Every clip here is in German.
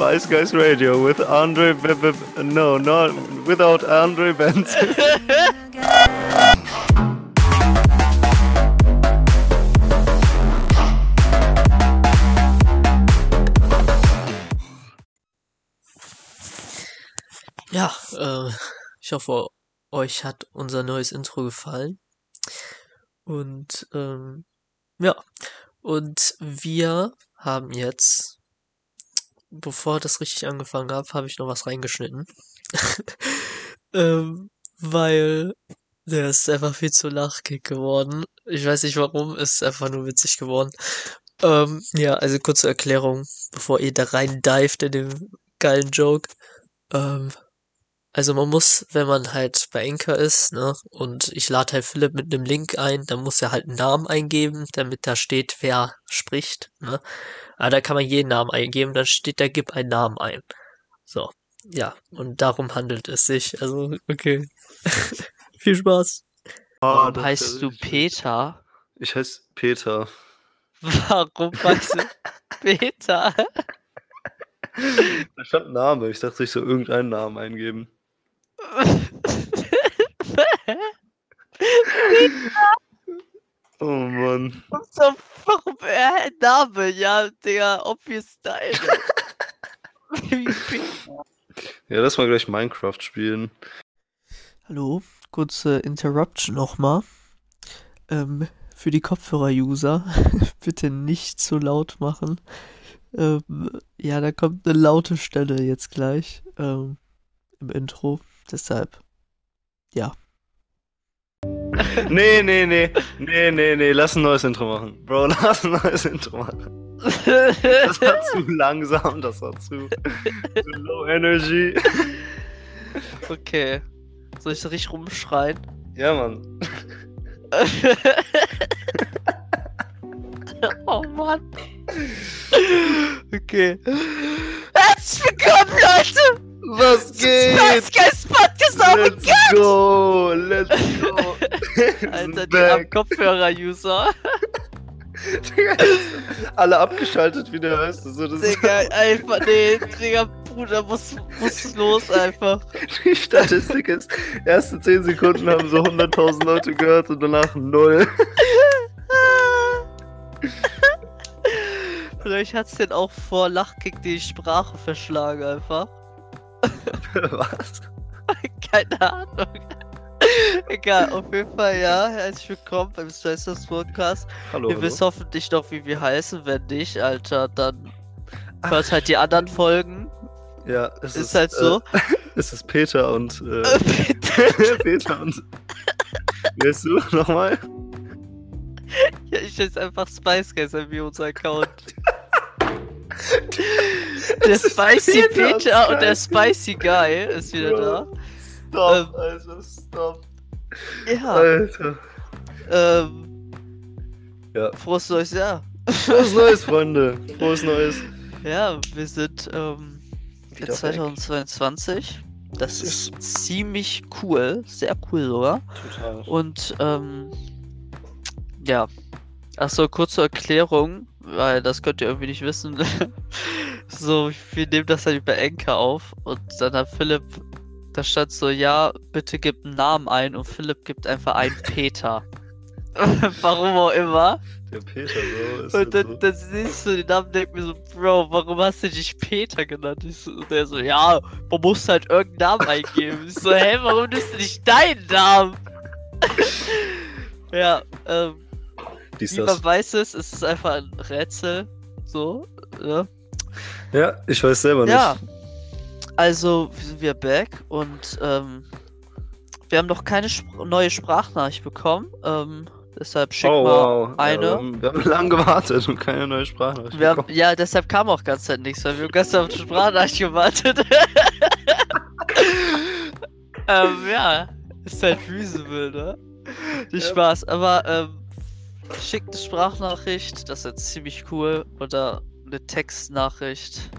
Spice Guys Radio with Andre no, not without Andre Benson. Ja, ich hoffe, euch hat unser neues Intro gefallen. Und ja, und wir haben jetzt, bevor das richtig angefangen habe ich noch was reingeschnitten. Weil der ist einfach viel zu lachkick geworden. Ich weiß nicht warum, ist einfach nur witzig geworden. Ja, also kurze Erklärung, bevor ihr da rein dived in den geilen Joke. Also man muss, wenn man halt bei Anchor ist, ne, und ich lade halt Philipp mit einem Link ein, dann muss er halt einen Namen eingeben, damit da steht, wer spricht, ne. Aber da kann man jeden Namen eingeben, dann steht da, gib einen Namen ein. So, ja, und darum handelt es sich. Also, okay. Viel Spaß. Warum das heißt ist du richtig. Peter? Ich heiße Peter. Warum heißt du Peter? Da stand Name. Ich dachte, ich soll irgendeinen Namen eingeben. Oh Mann. So, warum Name? Ja, der obvious Style. Wie Peter. Ja, lass mal gleich Minecraft spielen. Hallo, kurze Interruption nochmal. Für die Kopfhörer-User, bitte nicht zu laut machen. Ja, da kommt eine laute Stelle jetzt gleich im Intro. Deshalb, ja. Nee. Lass ein neues Intro machen. Bro, lass ein neues Intro machen. Das war zu langsam, das war zu low energy. Okay. Soll ich so richtig rumschreien? Ja, Mann. Oh Mann. Okay. Herzlich willkommen, Leute! Was geht? Spice Guys Podcast auf Let's go! Let's go! Alter, die am Kopfhörer-User. Digga, alle abgeschaltet wieder, weißt du? So, das Digga, einfach, nee, Digga, Bruder, muss los einfach. Die Statistik ist, erste 10 Sekunden haben so 100.000 Leute gehört und danach 0. Vielleicht hat's den auch vor Lachkick die Sprache verschlagen einfach. Was? Keine Ahnung. Egal, auf jeden Fall, ja, herzlich willkommen beim Stressors Podcast. Hallo, Ihr wisst hoffentlich noch, wie wir heißen, wenn nicht, Alter, dann hört halt die anderen Folgen. Ja, es Ist halt so. Es ist Peter und Peter und wie heißt du nochmal? Ja, ich heiße einfach Spice Guys wie unser Account. Der Spicy Peter und der Spicy Guy ist wieder da. Stop, Alter, stop. Ja. Alter. Ja. Frohes neues Jahr. Frohes Neues, Freunde. Frohes Neues. Ja, wir sind Wieder jetzt 2022. Das ist ziemlich cool. Sehr cool sogar. Total. Und ja. Achso, kurze Erklärung, weil das könnt ihr irgendwie nicht wissen. So, wir nehmen das halt über Anchor auf und dann hat Philipp, da stand so, ja, bitte gib einen Namen ein und Philipp gibt einfach ein Peter. Warum auch immer. Der Peter, so ist Und das dann siehst du den Namen und denk mir so, Bro, warum hast du dich Peter genannt? Und der so, ja, man muss halt irgendeinen Namen eingeben. Ich so, hä, warum nimmst du nicht deinen Namen? Ja, wie man weiß es ist einfach ein Rätsel. So, ne? Ja, ich weiß selber nicht. Ja, also sind wir back und wir haben noch keine neue Sprachnachricht bekommen. Deshalb schick mal eine. Ja, wir haben lange gewartet und keine neue Sprachnachricht bekommen. Ja, deshalb kam auch ganz Zeit nichts, weil wir haben ganz auf die Sprachnachricht gewartet. Ja, ist halt feasible, ne? Nicht Spaß, aber schickt eine Sprachnachricht, das ist jetzt ziemlich cool, oder eine Textnachricht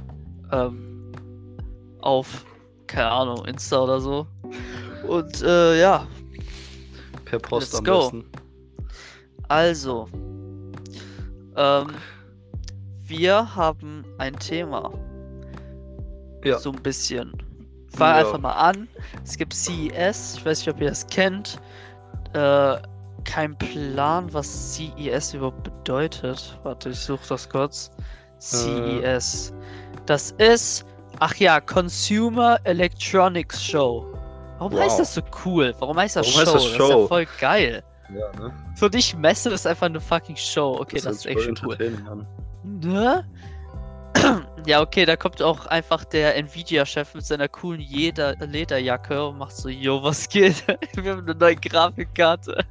auf, keine Ahnung, Insta oder so. Und ja. Per Post Let's am go. besten. Also, wir haben ein Thema. Ja. So ein bisschen. Fang Ja. einfach mal an. Es gibt CES, ich weiß nicht, ob ihr das kennt. Kein Plan, was CES überhaupt bedeutet. Warte, ich suche das kurz. CES. Das ist, ach ja, Consumer Electronics Show. Warum Wow. heißt das so cool? Warum heißt das Warum heißt Show? das Das ist Show? ja voll geil. Ja, ne? Für dich Messe ist einfach eine fucking Show. Okay, das ist hört echt sich schon cool. voll entertaining an. Ne? Ja, okay, da kommt auch einfach der Nvidia-Chef mit seiner coolen Lederjacke und macht so, yo, was geht? Wir haben eine neue Grafikkarte.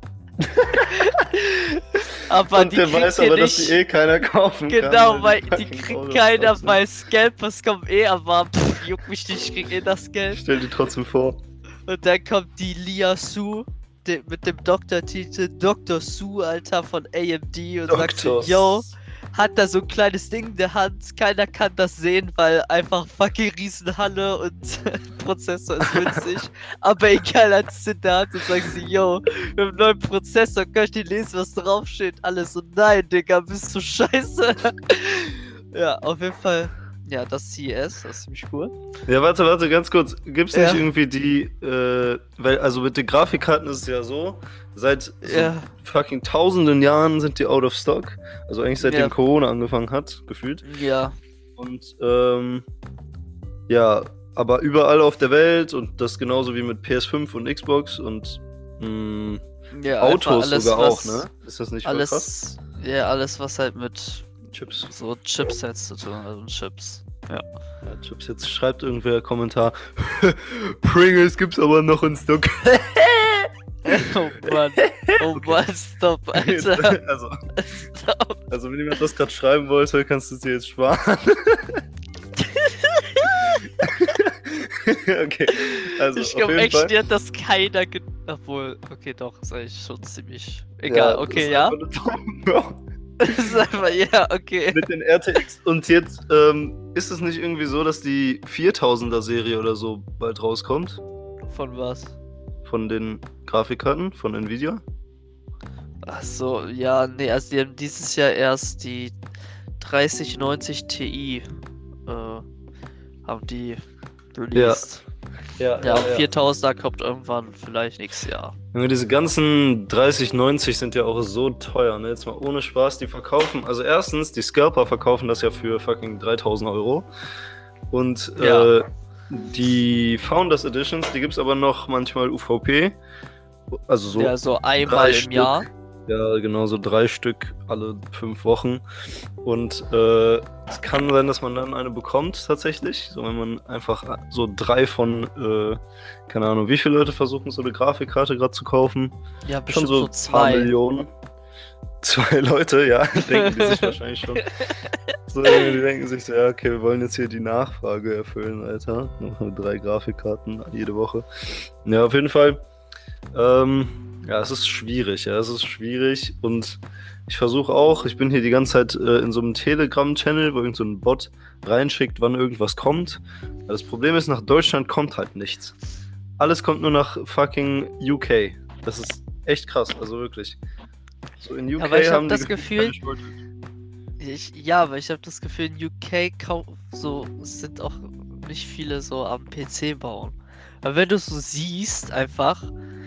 Aber Und der weiß aber, dass die keiner kaufen kann. Genau, weil die fucking kriegt Autos keiner, sind. weil Scalpers kommen aber juckt mich nicht, ich krieg das Geld. Stell dir trotzdem vor. Und dann kommt die Lia Su mit dem Doktortitel Dr. Su, Alter, von AMD und sagt so, yo, hat da so ein kleines Ding in der Hand, keiner kann das sehen, weil einfach fucking Riesenhalle und Prozessor ist günstig. Aber egal, hat es in der Hand und sagt sie, yo, wir haben einen neuen Prozessor, kann ich dir lesen, was draufsteht? Alles so, nein, Digga, bist du scheiße. Ja, auf jeden Fall. Ja, das CES, das ist ziemlich cool. Ja, warte, ganz kurz. Gibt's Ja. nicht irgendwie die, weil, also mit den Grafikkarten ist es ja so, seit so Ja. fucking tausenden Jahren sind die out of stock. Also eigentlich seitdem Ja. Corona angefangen hat, gefühlt. Ja. Und, ja, aber überall auf der Welt und das genauso wie mit PS5 und Xbox und, Ja, Autos einfach alles, sogar auch, was- ne? Ist das nicht voll krass? alles, was halt mit Chips. so Chipsets zu tun hat, also Chips. Ja, Chips, jetzt schreibt irgendwer Kommentar. Pringles gibt's aber noch in Stock. Oh Mann, stopp, Alter. also, Stopp. also wenn jemand das gerade schreiben wollte, kannst du es dir jetzt sparen. Okay, also Ich auf glaube jeden echt Fall. nicht, dass keiner obwohl, okay, doch, ist eigentlich schon ziemlich. Egal, das okay, ist ja. einfach eine Traum- Das ist einfach, ja, okay. Mit den RTX. Und jetzt ist es nicht irgendwie so, dass die 4000er Serie oder so bald rauskommt? Von was? Von den Grafikkarten von Nvidia? Ach so, ja, nee, also die haben dieses Jahr erst die 3090 Ti haben die released. Ja, und 4000er kommt irgendwann vielleicht nächstes Jahr. Junge, diese ganzen 3090 sind ja auch so teuer, ne? Jetzt mal ohne Spaß, die verkaufen. Also erstens, die Scalper verkaufen das ja für fucking 3000 Euro. Und Ja. die Founders Editions, die gibt's aber noch manchmal UVP. Also so Ja, so einmal im Stück. Jahr. Ja, genau, so 3 Stück alle 5 Wochen. Und es kann sein, dass man dann eine bekommt, tatsächlich. So, wenn man einfach so 3 von, keine Ahnung, wie viele Leute versuchen, so eine Grafikkarte gerade zu kaufen? Ja, Schon bestimmt so so ein paar 2. Millionen. 2 Leute, ja, denken die sich wahrscheinlich schon. So, die denken sich so, ja, okay, wir wollen jetzt hier die Nachfrage erfüllen, Alter. Noch 3 Grafikkarten jede Woche. Ja, auf jeden Fall. Ja, es ist schwierig, und ich versuche auch, ich bin hier die ganze Zeit in so einem Telegram-Channel, wo irgend so ein Bot reinschickt, wann irgendwas kommt. Das Problem ist, nach Deutschland kommt halt nichts. Alles kommt nur nach fucking UK. Das ist echt krass, also wirklich. So in UK Aber ich hab haben das die Gefühl- keine Shortage. Ja, aber ich habe das Gefühl, in UK sind auch nicht viele so am PC bauen. Aber wenn du so siehst, einfach,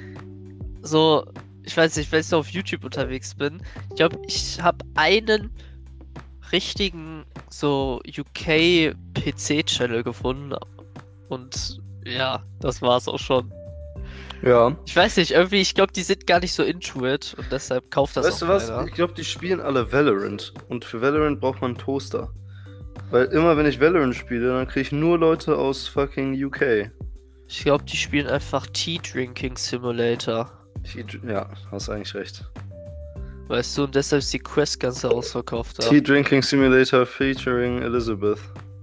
so, ich weiß nicht, wenn ich so auf YouTube unterwegs bin, ich glaube, ich habe einen richtigen so UK PC-Channel gefunden und ja, das war's auch schon. Ja. Ich weiß nicht, irgendwie, ich glaube, die sind gar nicht so into it und deshalb kauft das Weißt auch du was? keiner. Ich glaube, die spielen alle Valorant. Und für Valorant braucht man einen Toaster. Weil immer, wenn ich Valorant spiele, dann kriege ich nur Leute aus fucking UK. Ich glaube, die spielen einfach Tea Drinking Simulator. Ja, hast eigentlich recht. Weißt du, und deshalb ist die Quest ganz ausverkauft. da. Tea Drinking Simulator featuring Elizabeth.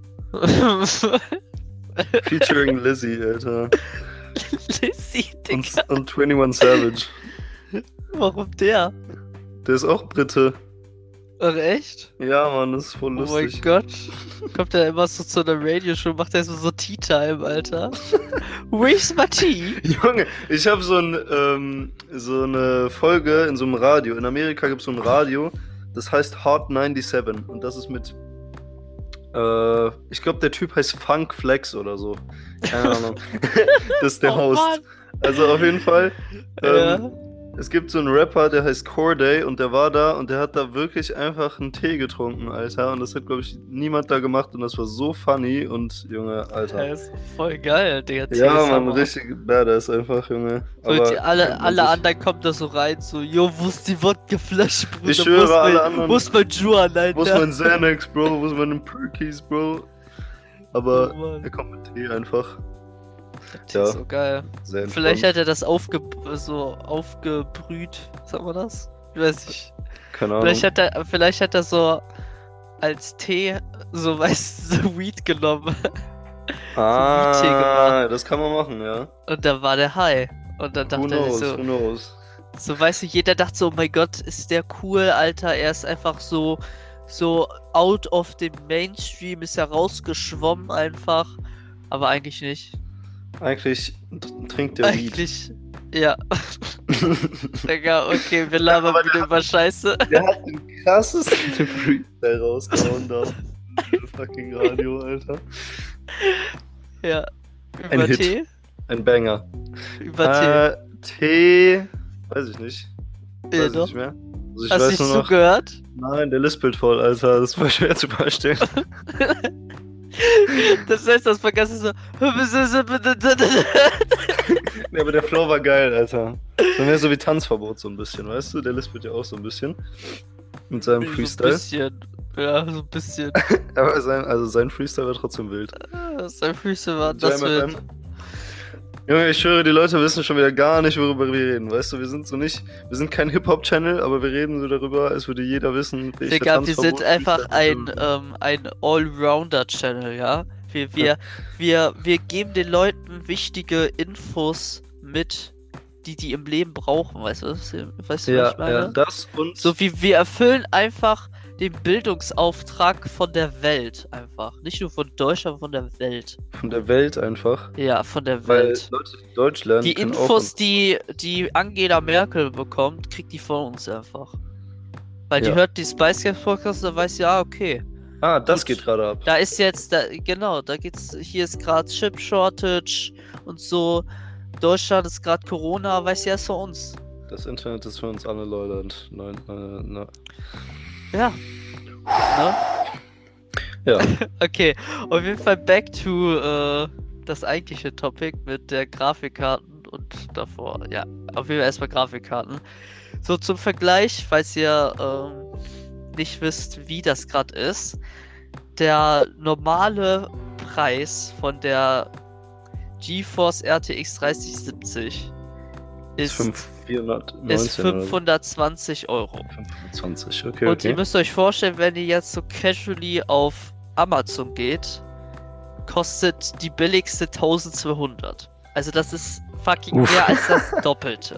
Featuring Lizzie, Alter. Lizzie, Digga. Und 21 Savage. Warum der? Der ist auch Brite. Ach, echt? Ja, Mann, das ist voll Oh mein lustig. Gott. Kommt er immer so zu einer Radioshow, macht er so Tea Time, Alter. Where's my tea? Junge, ich habe so eine Folge in so einem Radio. In Amerika gibt es so ein Radio, das heißt Hot 97. Und das ist mit Ich glaube, der Typ heißt Funk Flex oder so. Keine Ahnung. Das ist der Oh Host. Mann. Also auf jeden Fall. Ja. Es gibt so einen Rapper, der heißt Corday und der war da und der hat da wirklich einfach einen Tee getrunken, Alter. Und das hat, glaube ich, niemand da gemacht und das war so funny und Junge, Alter. Der ist voll geil, Digga. Tee Ja, ist Mann, Hammer. richtig badass einfach, Junge. So, die, Aber alle kennt man sich. anderen kommen da so rein, so, jo, wo ist die Wodkaflasche, Bruder? Ich schwöre, alle anderen- Wo ist mein Juan, Alter? Wo ist mein Xanax, Bro? Wo ist mein Perkies, Bro? Aber Oh Mann. er kommt mit Tee einfach. Der Tee Ja. ist so geil. Sehr Vielleicht entspannt. hat er das aufgebrüht, sagt man das? Ich weiß nicht. Keine Ahnung. Vielleicht hat er so als Tee so, weißt du, so Weed genommen. Weed-Tee gemacht. Das kann man machen, ja. Und dann war der high. Und dann Who dachte er sich knows, so, who knows. so, weißt du, jeder dachte so, oh mein Gott, ist der cool, Alter. Er ist einfach so out of the Mainstream, ist er rausgeschwommen einfach. Aber eigentlich nicht. Eigentlich trinkt der Weed. Eigentlich, ja. Digga, okay, wir labern aber wieder über Scheiße. Der hat den krassesten Freestyle rausgehauen da. Im fucking Radio, Alter. Ja. Ein Über Hit. Tee? Ein Banger. Über Tee. Weiß ich nicht. Tee. Ja, Weiß ich doch. nicht mehr. Also ich Hast du weiß nicht nur noch. zugehört? Nein, der lispelt voll, Alter. Das war schwer zu verstehen. Das heißt, das vergessen so. Nee, aber der Flow war geil, Alter. So mehr so wie Tanzverbot, so ein bisschen, weißt du? Der lispelt ja auch so ein bisschen. Mit seinem So ein Freestyle. bisschen. Ja, so ein bisschen. Aber sein Freestyle war trotzdem wild. Sein Freestyle war das Jam wird. FM. Junge, ich schwöre, die Leute wissen schon wieder gar nicht, worüber wir reden. Weißt du, wir sind kein Hip-Hop-Channel, aber wir reden so darüber, als würde jeder wissen, welcher Digga, wir sind Tanzverbot einfach Freestyle ein Allrounder-Channel, ja? Wir geben den Leuten wichtige Infos mit, die im Leben brauchen, weißt du, was ich Ja, meine? ja, das und So wie wir erfüllen einfach den Bildungsauftrag von der Welt einfach. Nicht nur von Deutschland, von der Welt. von der Welt einfach. Ja, von der Weil Welt. Leute, die Deutsch lernen, Die können Infos, auch die Angela Merkel bekommt, kriegt die von uns einfach. Weil die Ja. hört die Spice Girls Podcast und weiß, ja, okay. das Gut. geht gerade ab. Da ist jetzt, hier ist gerade Chip Shortage und so. Deutschland ist gerade Corona, weiß ja, ist für uns. Das Internet ist für uns alle, Leute. Und nein. Ja. Ne? Ja. Okay, auf jeden Fall back to das eigentliche Topic mit der Grafikkarten und davor. Ja, auf jeden Fall erstmal Grafikkarten. So zum Vergleich, falls ihr nicht wisst, wie das gerade ist. Der normale Preis von der GeForce RTX 3070 ist 419 ist 520 Euro. 520, okay, Und ihr okay. müsst euch vorstellen, wenn ihr jetzt so casually auf Amazon geht, kostet die billigste 1200. Also das ist fucking Uff. mehr als das Doppelte.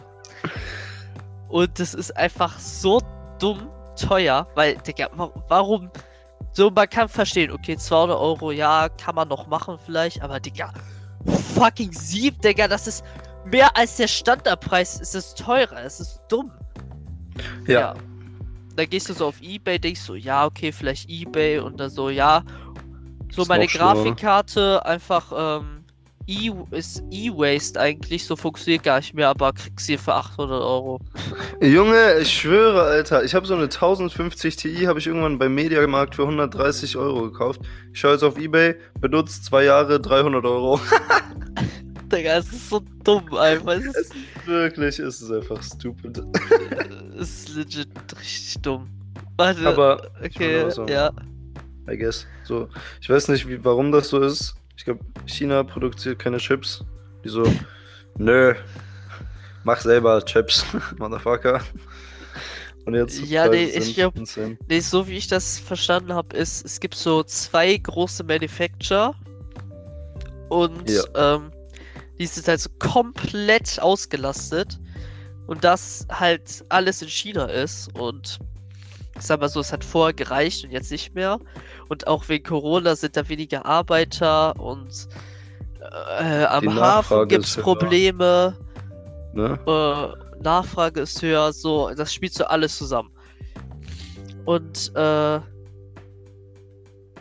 Und das ist einfach so dumm teuer, weil, Digga, warum? So, man kann verstehen, okay, 200 Euro, ja, kann man noch machen vielleicht, aber Digga, fucking Digga, das ist mehr als der Standardpreis, es ist teurer, es ist dumm. Ja. Dann gehst du so auf eBay, denkst so, ja, okay, vielleicht eBay und dann so, ja. So Ist meine noch schlimmer. Grafikkarte einfach, ist E-Waste eigentlich, so funktioniert gar nicht mehr, aber kriegst sie für 800 Euro. Junge, ich schwöre, Alter, ich habe so eine 1050 Ti, habe ich irgendwann beim Mediamarkt für 130 Euro gekauft. Ich schaue jetzt auf eBay, benutzt 2 Jahre, 300 Euro. Digga, es ist so dumm einfach. Wirklich, es ist einfach stupid. Es ist legit richtig dumm. Warte, Aber, ich okay, will nur sagen, ja. I guess. So, ich weiß nicht, warum das so ist. Ich glaube, China produziert keine Chips. Die so, nö, mach selber Chips, Motherfucker. Und jetzt Ja, nee, Preise ich sind glaub- insane. Nee, so wie ich das verstanden habe, ist, es gibt so 2 große Manufacturer und die sind halt so komplett ausgelastet und das halt alles in China ist und ich sag mal so, es hat vorher gereicht und jetzt nicht mehr und auch wegen Corona sind da weniger Arbeiter und am Die Hafen Nachfrage gibt's ist höher. Probleme. Ne? Nachfrage ist höher, so, das spielt so alles zusammen. Und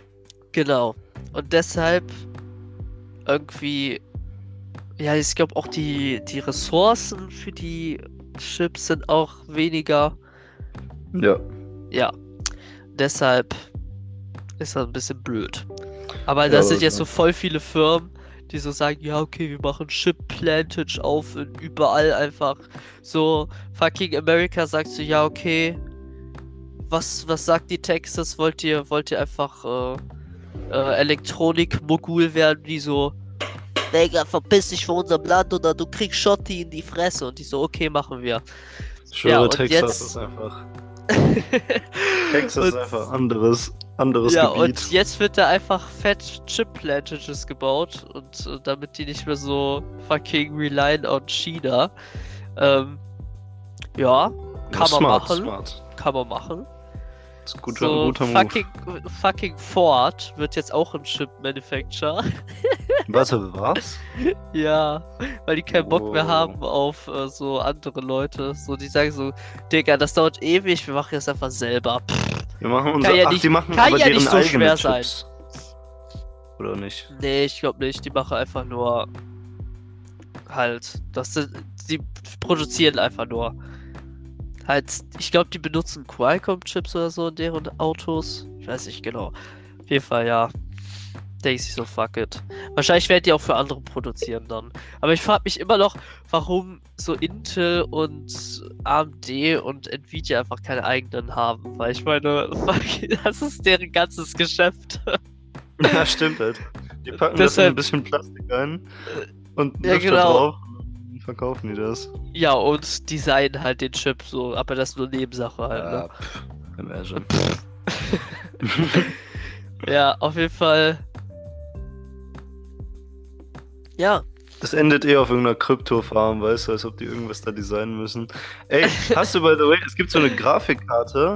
Genau. Und deshalb irgendwie, ja, ich glaube auch die Ressourcen für die Chips sind auch weniger. Ja. Ja, deshalb ist das ein bisschen blöd. Aber Ja, da aber sind jetzt das so voll viele Firmen, die so sagen, ja, okay, wir machen Chip Plantage auf in überall einfach. So, fucking America sagt so, ja, okay, was sagt die Texas? Wollt ihr einfach Elektronik-Mogul werden, die so, Digga, verpiss dich von unserem Land oder du kriegst Schotti in die Fresse. Und die so, okay, machen wir. ich Ja, schwöre, und Texas ist jetzt. einfach. Texas ist Und einfach anderes ja, Gebiet. und jetzt wird da einfach fett Chip-Plantages gebaut und damit die nicht mehr so fucking relyen on China. Ähm, ja, kann man machen. Smart. Kann man machen. Das ist ein guter, So, guter Move. fucking Ford wird jetzt auch ein Chip-Manufacturer. Warte, was? Ja, weil die keinen Bock mehr Oh. haben auf so andere Leute. So, die sagen so, Digga, das dauert ewig, wir machen das einfach selber. Pff, Wir machen unser. Kann ja Ach, nicht- die machen kann aber ja deren nicht so eigene schwer sein. Chips. Oder nicht? nee, ich glaube nicht. Die machen einfach nur halt. Die produzieren einfach nur. Halt, ich glaube, die benutzen Qualcomm-Chips oder so in deren Autos. Ich weiß nicht genau. Auf jeden Fall, ja. Denke ich so, fuck it. Wahrscheinlich werden die auch für andere produzieren dann. Aber ich frage mich immer noch, warum so Intel und AMD und Nvidia einfach keine eigenen haben. Weil ich meine, fuck, das ist deren ganzes Geschäft. Ja, stimmt halt. Die packen das in Deshalb- ein bisschen Plastik ein und Ja, Lüfter genau. drauf und dann verkaufen die das. Ja, und designen halt den Chip so, aber das ist nur Nebensache halt, ne? Imagine. Ja, auf jeden Fall. Ja, Das endet eh auf irgendeiner Krypto-Farm, weißt du, als ob die irgendwas da designen müssen. Ey, hast du, by the way, es gibt so eine Grafikkarte,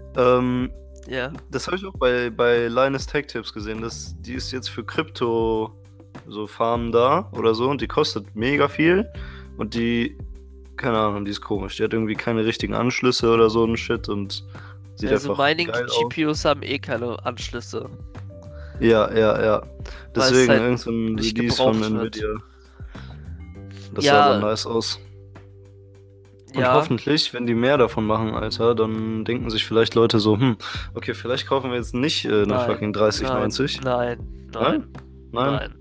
ja. das habe ich auch bei Linus Tech Tips gesehen, die ist jetzt für Krypto, so Farmen da oder so, und die kostet mega viel und die, keine Ahnung, die ist komisch, die hat irgendwie keine richtigen Anschlüsse oder so ein Shit und sieht Also einfach geil aus. Mining-GPUs haben eh keine Anschlüsse. Ja. Weil es Deswegen halt irgend so ein nicht Release von gebraucht wird. Nvidia. Das Ja. sah aber nice aus. Und Ja, hoffentlich, wenn die mehr davon machen, Alter, dann denken sich vielleicht Leute so, okay, vielleicht kaufen wir jetzt nicht eine Nein, fucking 3090. nein. Nein?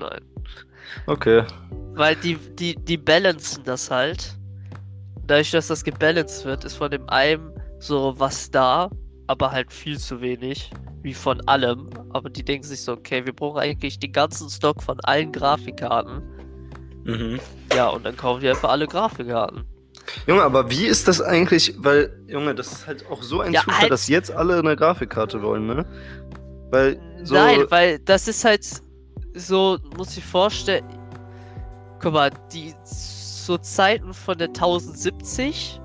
Okay. Weil die balancen das halt. Dadurch, dass das gebalanced wird, ist von dem einen so was da, aber halt viel zu wenig. Wie von allem. Aber die denken sich so, okay, wir brauchen eigentlich den ganzen Stock von allen Grafikkarten. Mhm. Ja, und dann kaufen die einfach alle Grafikkarten. Junge, aber wie ist das eigentlich? Weil, Junge, das ist halt auch so ein Ja, Zufall, halt- dass jetzt alle eine Grafikkarte wollen, ne? Weil so. Nein, weil das ist halt so, muss ich vorstellen. Guck mal, die so Zeiten von der 1070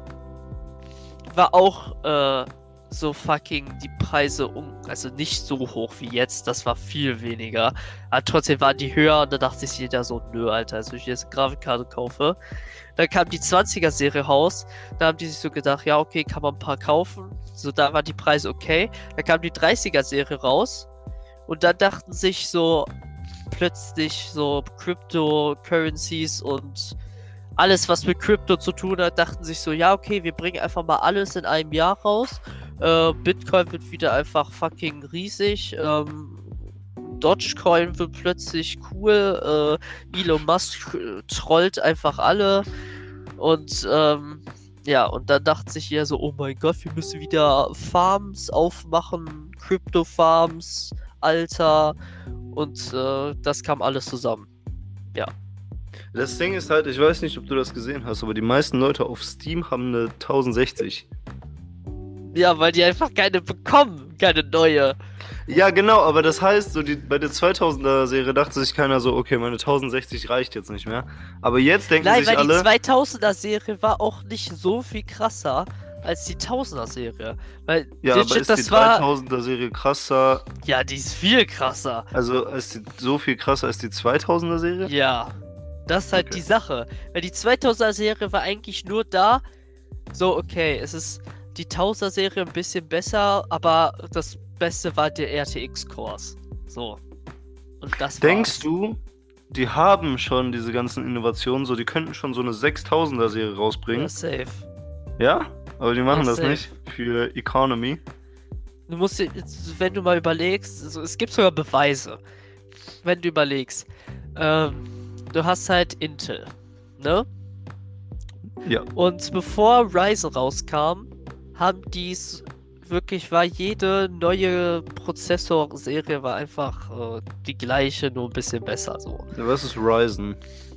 war auch so fucking die Preise also nicht so hoch wie jetzt, das war viel weniger. Aber trotzdem waren die höher und da dachte sich jeder so, nö, Alter, also ich jetzt eine Grafikkarte kaufe. Dann kam die 20er-Serie raus, da haben die sich so gedacht, ja, okay, kann man ein paar kaufen. So, da waren die Preise okay. Dann kam die 30er-Serie raus und dann dachten sich so plötzlich so Cryptocurrencies und alles, was mit Crypto zu tun hat, dachten sich so, ja, okay, wir bringen einfach mal alles in einem Jahr raus. Bitcoin wird wieder einfach fucking riesig. Dogecoin wird plötzlich cool. Elon Musk trollt einfach alle. Und ja, und dann dachte sich jeder so, oh mein Gott, wir müssen wieder Farms aufmachen, Crypto-Farms, Alter. Und das kam alles zusammen. Das Ding ist halt, ich weiß nicht, ob du das gesehen hast, aber die meisten Leute auf Steam haben eine 1060. Ja, weil die einfach keine bekommen, keine neue. Ja, genau, aber das heißt, so bei der 2000er-Serie dachte sich keiner so, okay, meine 1060 reicht jetzt nicht mehr. Aber jetzt denken Nein, sich weil alle. die 2000er-Serie war auch nicht so viel krasser als die 1000er-Serie. Weil Ja, aber legit, ist die das war. 3000er-Serie krasser, Ja, die ist viel krasser. also so viel krasser als die 2000er-Serie? Ja. Das ist halt Okay. die Sache. Weil die 2000er-Serie war eigentlich nur da. So, okay, es ist die 1000er-Serie ein bisschen besser, aber das Beste war der RTX-Cores. So. Und das Denkst war's. du, die haben schon diese ganzen Innovationen, so die könnten schon so eine 6000er-Serie Ja, rausbringen? safe. Ja? Aber die machen Ja, das safe. nicht für Economy. Du musst dir, wenn du mal überlegst, also es gibt sogar Beweise. Wenn du überlegst, du hast halt Intel, ne? Ja. Und bevor Ryzen rauskam, haben dies wirklich, war jede neue Prozessorserie war einfach die gleiche, nur ein bisschen besser so. Was ist Ryzen?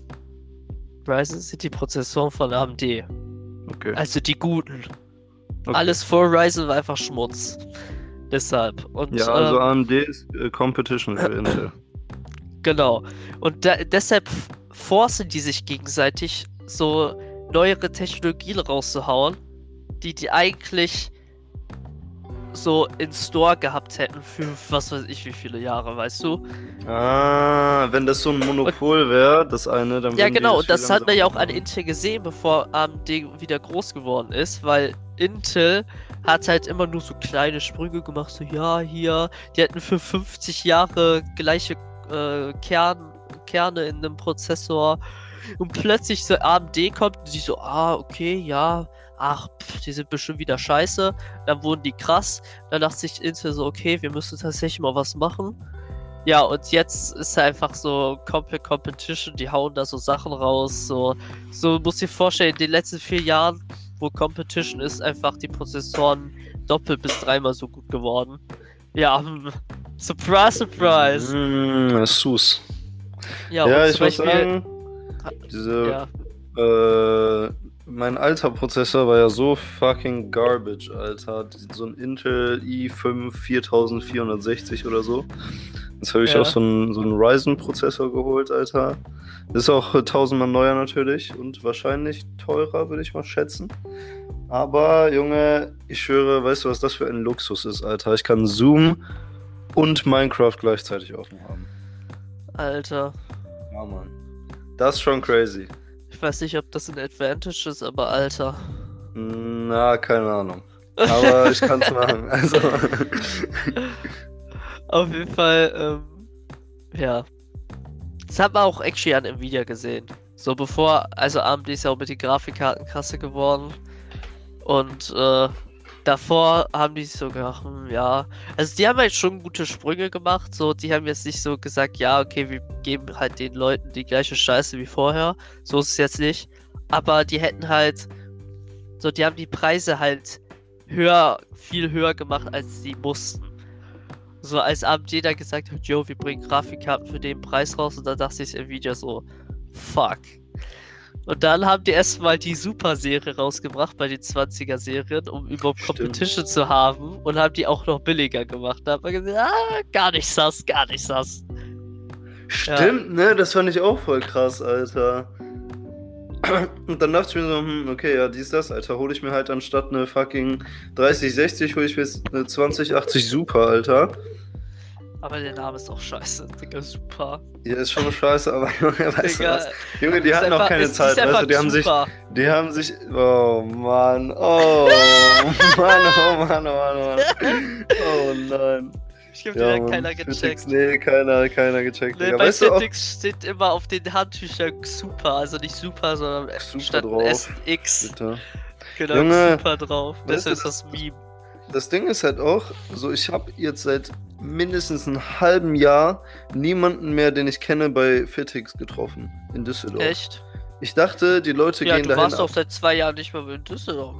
Ryzen sind die Prozessoren von AMD, Okay. also die guten. Okay. Alles vor Ryzen war einfach Schmutz. Deshalb. Und Ja, also AMD ist Competition für Intel. genau. Und deshalb forcen die sich gegenseitig, so neuere Technologien rauszuhauen, die eigentlich so in Store gehabt hätten für was weiß ich wie viele Jahre, weißt du? Ah, wenn das so ein Monopol wäre, das eine, dann Ja, würden die genau, und viel das hat man ja auch langsamer an Intel gesehen, bevor AMD wieder groß geworden ist, weil Intel hat halt immer nur so kleine Sprünge gemacht, so ja, hier, die hatten für 50 Jahre gleiche Kerne in einem Prozessor und plötzlich so AMD kommt und die so, okay, ja, ach, die sind bestimmt wieder scheiße, dann wurden die krass, dann dachte sich Intel so, okay, wir müssen tatsächlich mal was machen. Ja, und jetzt ist einfach so komplett Competition, die hauen da so Sachen raus, so musst dir vorstellen, in den letzten 4 Jahren, wo Competition ist, einfach die Prozessoren doppelt bis dreimal so gut geworden. Ja, surprise, surprise. Sus. Ja, Ja, und ich zum muss Beispiel, sagen, ja, mein alter Prozessor war ja so fucking garbage, Alter. So ein Intel i5 4460 oder so. Jetzt habe ich Ja. auch so einen Ryzen-Prozessor geholt, Alter. Ist auch 1000-mal neuer natürlich und wahrscheinlich teurer, würde ich mal schätzen. Aber, Junge, ich schwöre, weißt du, was das für ein Luxus ist, Alter? Ich kann Zoom und Minecraft gleichzeitig offen haben. Alter. Ja, Mann. Das ist schon crazy. Ich weiß nicht, ob das ein Advantage ist, aber Alter. Na, keine Ahnung. Aber ich kann es machen. Also. Auf jeden Fall, ja. Das hat man auch actually an Nvidia gesehen. So bevor, also AMD ist ja auch mit den Grafikkarten krasser geworden. Und davor haben die sich so gedacht, ja. Also die haben halt schon gute Sprünge gemacht. So, die haben jetzt nicht so gesagt, ja, okay, wir geben halt den Leuten die gleiche Scheiße wie vorher. So ist es jetzt nicht. Aber die hätten halt, so, die haben die Preise halt viel höher gemacht, als sie mussten. So, als AMD da gesagt hat, yo, wir bringen Grafikkarten für den Preis raus, und dann dachte ich Nvidia so, fuck. Und dann haben die erstmal die Super-Serie rausgebracht bei den 20er-Serien, um überhaupt Stimmt. Competition zu haben, und haben die auch noch billiger gemacht. Da hat man gesagt, gar nicht sass, gar nicht sass. Stimmt, ne? Das fand ich auch voll krass, Alter. Und dann dachte ich mir so, okay, ja, das, Alter, hole ich mir halt anstatt eine fucking 3060, hole ich mir jetzt eine 2080 Super, Alter. Aber der Name ist auch scheiße, Digga, super. Ja, ist schon scheiße, aber Junge, weißt du Digga, was? Junge, die ist hatten auch einfach- keine ist Zeit, weißt einfach du, die haben super. oh Mann, oh Mann, oh Mann, oh Mann, oh Mann, oh nein. Ich hab Ja, wieder Mann, keiner Physics, gecheckt. nee, keiner gecheckt, Nee, Digga. bei Weißt du auch, Physics steht immer auf den Handtüchern super, also nicht super, sondern Super statt drauf. SX. bitte. Genau, Junge, super drauf. weißt Das du, ist das Meme. Das Ding ist halt auch, so ich habe jetzt seit mindestens einem halben Jahr niemanden mehr, den ich kenne, bei Fitix getroffen in Düsseldorf. Echt? Ich dachte, die Leute Ja, gehen du dahin. warst doch seit 2 Jahren nicht mehr in Düsseldorf.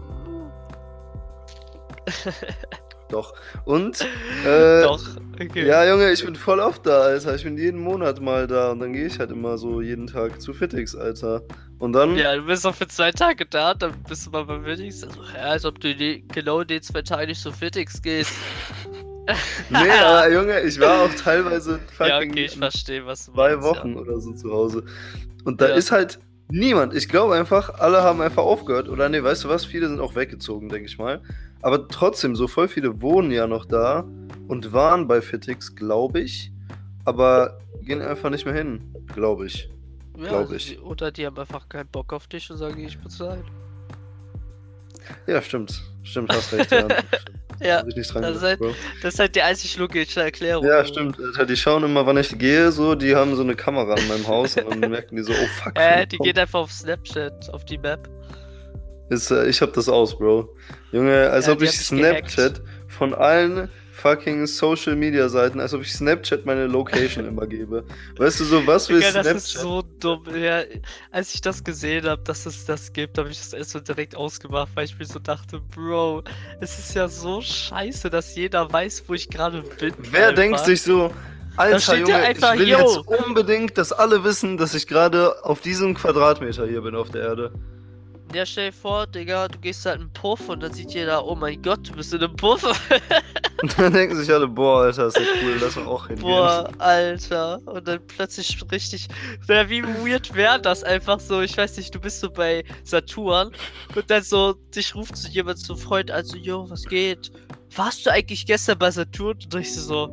Doch. Und Doch, okay. ja, Junge, ich bin voll oft da, Alter. Ich bin jeden Monat mal da und dann gehe ich halt immer so jeden Tag zu Fitix, Alter. Und dann. Ja, du bist doch für 2 Tage da, dann bist du mal bei Fitix. Also, ja, als ob du genau in den 2 Tagen nicht zu Fitix gehst. Nee, aber Junge, ich war auch teilweise Ja, fucking okay, ich verstehe, was du 2 meinst, Wochen oder so zu Hause. Und da Ja. ist halt niemand. Ich glaube einfach, alle haben einfach aufgehört. Oder nee, weißt du was? Viele sind auch weggezogen, denke ich mal. Aber trotzdem, so voll viele wohnen ja noch da und waren bei Fitix, glaube ich. Aber gehen einfach nicht mehr hin, glaube ich. Ja, glaub ich. Oder die haben einfach keinen Bock auf dich und sagen, ich bezahle. Ja, stimmt. Stimmt, hast recht, ja. Ja, Hab ich nicht dran das ist gedacht, halt, Bro. das ist halt die einzig logische Erklärung. Ja, stimmt, Alter. Die schauen immer, wann ich gehe, so. Die haben so eine Kamera in meinem Haus und dann merken die so, oh fuck, Philipp Die kommt. geht einfach auf Snapchat, auf die Map. Ich hab das aus, Bro. Junge, als Ja, ob die ich haben dich Snapchat von allen fucking Social Media Seiten, als ob ich Snapchat meine Location immer gebe. Weißt du, so was will Digga, das ist Snapchat? so dumm. Ja, als ich das gesehen habe, dass es das gibt, habe ich das erst so direkt ausgemacht, weil ich mir so dachte, Bro, es ist ja so scheiße, dass jeder weiß, wo ich gerade bin. Wer einfach. denkt sich so, Alter, steht ja Junge, einfach, ich will yo. jetzt unbedingt, dass alle wissen, dass ich gerade auf diesem Quadratmeter hier bin auf der Erde. Ja, stell dir vor, Digga, du gehst halt in einen Puff und dann sieht jeder, oh mein Gott, du bist in einem Puff. Und dann denken sich alle, boah, Alter, ist ja cool, lass mal auch hingehen. Boah, Alter. Und dann plötzlich richtig. Ja, wie weird wäre das einfach so? Ich weiß nicht, du bist so bei Saturn und dann so, dich ruft so jemand zu Freund, also, yo, was geht? Warst du eigentlich gestern bei Saturn? Und ich so,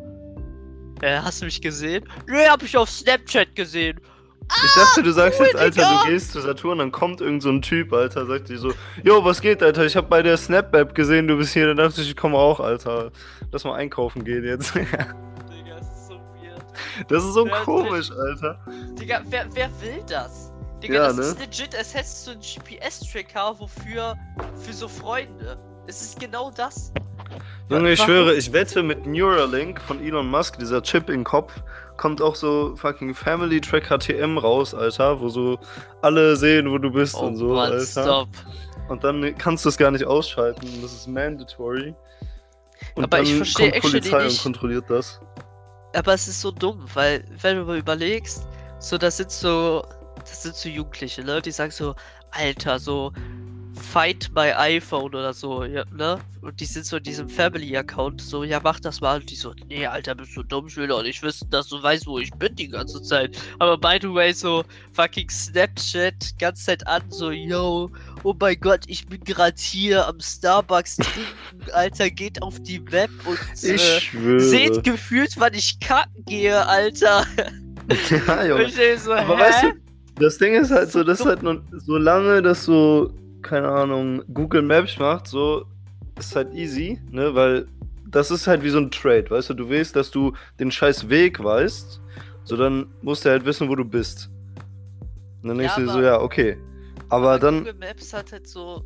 hast du mich gesehen? Nö, hab ich auf Snapchat gesehen. Ich dachte, du sagst cool, jetzt, Alter, Digga. du gehst zu Saturn, dann kommt irgend so ein Typ, Alter, sagt dir so, yo, was geht, Alter, ich hab bei der Snap-Map gesehen, du bist hier, dann dachte ich komme auch, Alter. Lass mal einkaufen gehen jetzt. Digga, das ist so weird. Das ist so Ja, komisch, Alter. Digga, wer will das? Digga, Ja, das ne? ist legit, als hättest du einen GPS-Tracker, für so Freunde. Es ist genau das. Junge, ich Warum? schwöre, ich wette mit Neuralink von Elon Musk, dieser Chip im Kopf, kommt auch so fucking Family Track HTM raus, Alter, wo so alle sehen, wo du bist Oh und so, Mann, Alter. stop. Und dann kannst du es gar nicht ausschalten, das ist mandatory. Und Aber dann ich verstehe kommt actually Polizei und nicht. kontrolliert das. Aber es ist so dumm, weil, wenn du mal überlegst, so, das sind so Jugendliche, ne? Die sagen so, Alter, so, find my iPhone oder so, ja, ne? Und die sind so in diesem Family-Account, so, ja, mach das mal. Und die so, nee, Alter, bist du dumm, ich will doch nicht wissen, dass du weißt, wo ich bin die ganze Zeit. Aber by the way, so, fucking Snapchat, ganze Zeit an, so, yo, oh mein Gott, ich bin gerade hier am Starbucks trinken, Alter, geht auf die Map und, Ich schwöre. seht gefühlt, wann ich kacken gehe, Alter. Ja, Junge. Und ich denk so, Aber hä? weißt du, das Ding ist halt so, das ist halt nur, solange das so, keine Ahnung, Google Maps macht, so, ist halt easy, ne, weil das ist halt wie so ein Trade, weißt du, du willst, dass du den scheiß Weg weißt, so dann musst du halt wissen, wo du bist. Und dann denkst Ja, du dir so, aber- ja, okay. Aber dann, Google Maps hat halt so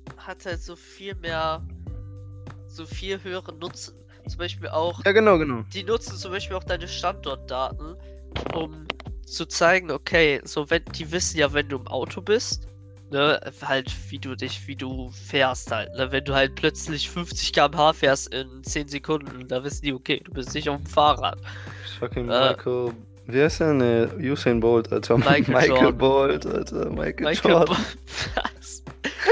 viel mehr, so viel höheren Nutzen. Zum Beispiel auch, ja, genau. die nutzen zum Beispiel auch deine Standortdaten, um zu zeigen, okay, so wenn, die wissen ja, wenn du im Auto bist, ne, halt, wie du fährst halt, ne, wenn du halt plötzlich 50 km/h fährst in 10 Sekunden, da wissen die, okay, du bist nicht auf dem Fahrrad. fucking Äh. Michael, wie heißt der? Ne, Usain Bolt, Alter. Michael Jordan. Bolt, Alter, Michael Michael Jordan. Was?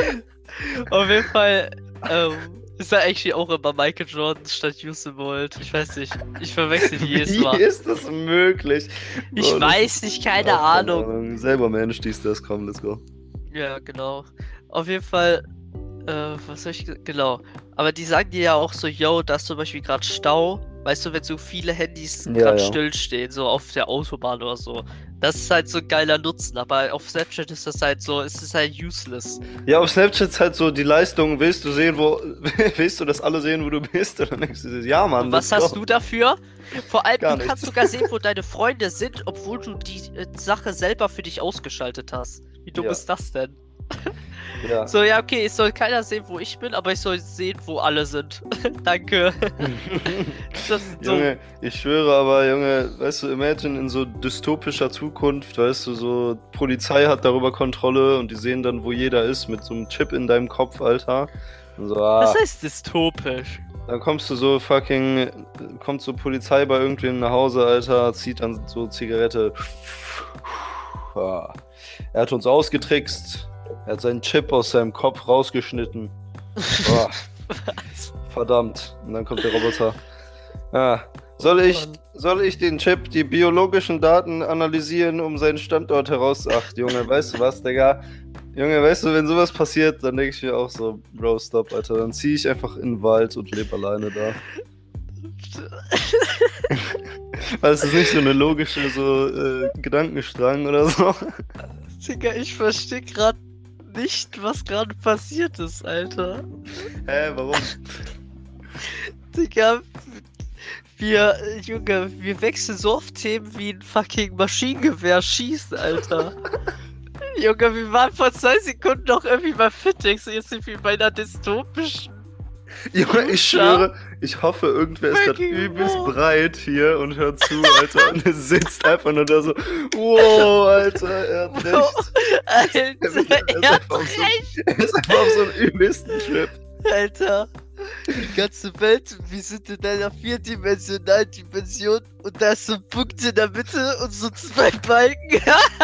Auf jeden Fall, ist er eigentlich auch immer Michael Jordan statt Usain Bolt. Ich weiß nicht, ich verwechsel die jedes Wie Mal. ist das möglich? Ich Bro, das weiß nicht, keine Ja, Ahnung. Selber Mensch, dies, das, komm, let's go. Ja, genau. Auf jeden Fall, was soll ich, genau. Aber die sagen dir ja auch so, yo, da ist zum Beispiel gerade Stau. Weißt du, wenn so viele Handys Ja, gerade ja. stillstehen, so auf der Autobahn oder so. Das ist halt so ein geiler Nutzen, aber auf Snapchat ist das halt so, es ist halt useless. Ja, auf Snapchat ist halt so die Leistung, willst du sehen, willst du, dass alle sehen, wo du bist? Und dann denkst du dir, ja, Mann, Und was let's hast go. du dafür? Vor allem, Gar du kannst nichts. sogar sehen, wo deine Freunde sind, obwohl du die Sache selber für dich ausgeschaltet hast. Wie dumm Ja. ist das denn? Ja. So, ja, okay, es soll keiner sehen, wo ich bin, aber ich soll sehen, wo alle sind. Danke. Das ist dumm. Junge, ich schwöre aber, Junge, weißt du, imagine in so dystopischer Zukunft, weißt du, so Polizei hat darüber Kontrolle und die sehen dann, wo jeder ist, mit so einem Chip in deinem Kopf, Alter. Und so, Was heißt dystopisch? dann kommst du so kommt so Polizei bei irgendwem nach Hause, Alter, zieht dann so Zigarette. Er hat uns ausgetrickst, er hat seinen Chip aus seinem Kopf rausgeschnitten. Boah, verdammt. Und dann kommt der Roboter. Soll ich den Chip, die biologischen Daten analysieren, um seinen Standort Ach, Junge, weißt du was, Digga? Junge, weißt du, wenn sowas passiert, dann denke ich mir auch so, Bro, stop, Alter. Dann ziehe ich einfach in den Wald und lebe alleine da. Weil es ist nicht so eine logische Gedankenstrang oder so. Digga, ich verstehe gerade nicht, was gerade passiert ist, Alter. Hä, warum? Digga, Junge, wir wechseln so oft Themen wie ein fucking Maschinengewehr schießen, Alter. Junge, wir waren vor 2 Sekunden noch irgendwie bei Fitix und jetzt sind wir bei einer dystopischen. Junge, ich schwöre, ich hoffe, irgendwer ist gerade übelst breit hier und hört zu, Alter, und er sitzt einfach nur da so, wow, Alter, er hat recht. Alter, Er ist einfach auf so einem übelsten Trip. Alter. Die ganze Welt, wir sind in einer 4-dimensionalen Dimension und da ist so ein Punkt in der Mitte und so 2 Balken.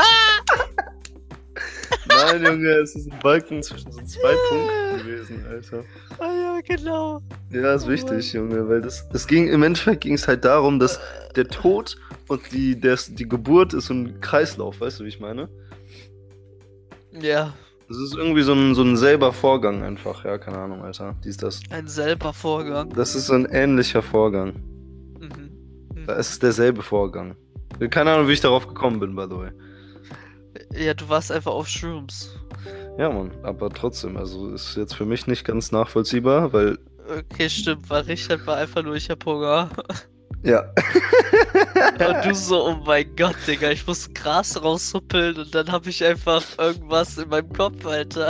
Nein, Junge, es ist ein Balken zwischen so 2 Punkten gewesen, Alter. Ah ja, genau. Ja, ist wichtig, Junge, weil im Endeffekt ging es halt darum, dass der Tod und die Geburt ist so ein Kreislauf, weißt du, wie ich meine? Ja. Das ist irgendwie so ein selber Vorgang einfach, ja, keine Ahnung, Alter. Das. Ein selber Vorgang. Das ist so ein ähnlicher Vorgang. Mhm. Es ist derselbe Vorgang. Keine Ahnung, wie ich darauf gekommen bin, by the way. Ja, du warst einfach auf Shrooms. Ja, Mann, aber trotzdem, also ist jetzt für mich nicht ganz nachvollziehbar, weil... Okay, stimmt, weil Richard war einfach nur, ich hab Hunger. Ja. Und du so, oh mein Gott, Digga, ich muss Gras raushuppeln und dann hab ich einfach irgendwas in meinem Kopf, Alter.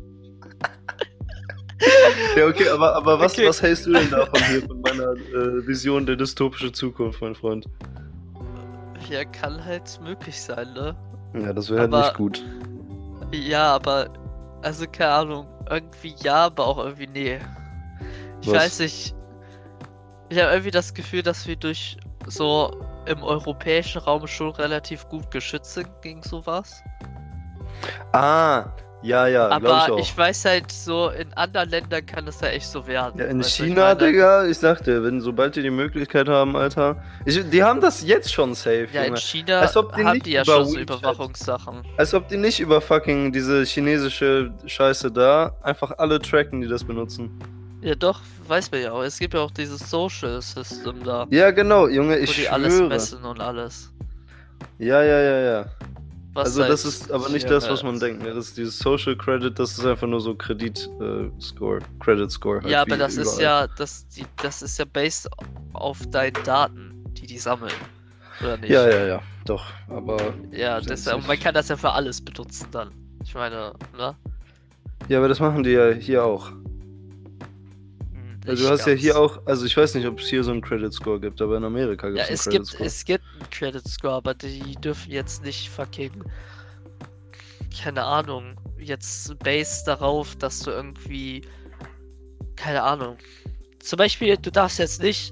Ja, okay, aber Okay. was hältst du denn davon hier, von meiner Vision der dystopischen Zukunft, mein Freund? Ja, kann halt möglich sein, ne? Ja, das wäre halt Aber- nicht gut. Ja, aber, also keine Ahnung, irgendwie ja, aber auch irgendwie nee. Ich Was? weiß nicht, ich habe irgendwie das Gefühl, dass wir durch so im europäischen Raum schon relativ gut geschützt sind gegen sowas. Ah, ja, glaube ich Aber auch. ich weiß halt so, in anderen Ländern kann es ja echt so werden. Ja, in Weißt du, was ich China, meine? Digga, ich sag dir, sobald die Möglichkeit haben, Alter. Die haben das jetzt schon safe, Ja, in Junge. China Als ob die haben nicht die ja über schon so WeChat- Überwachungssachen. Als ob die nicht über fucking diese chinesische Scheiße da einfach alle tracken, die das benutzen. Ja doch, weiß man ja auch. Es gibt ja auch dieses Social System da, Ja, genau, Junge, wo ich die alles schwöre. messen und alles. Ja. Was Also halt, das ist aber nicht das, was man denkt. Ne? Das ist dieses Social Credit, das ist einfach nur so Score, Credit Score. Halt Ja, wie aber das ist überall. ja, das ist ja based auf deinen Daten, die sammeln. Oder nicht? Ja, doch. Aber Ja, Letztlich. man kann das ja für alles benutzen dann. Ich meine, ne? ja, aber das machen die ja hier auch. Also du hast ja hier auch, also ich weiß nicht, ob es hier so einen Credit Score gibt, aber in Amerika gibt Ja, es einen es Credit gibt, Score. es gibt einen Credit Score, aber die dürfen jetzt nicht fucking, keine Ahnung, jetzt based darauf, dass du irgendwie, keine Ahnung. Zum Beispiel, du darfst jetzt nicht,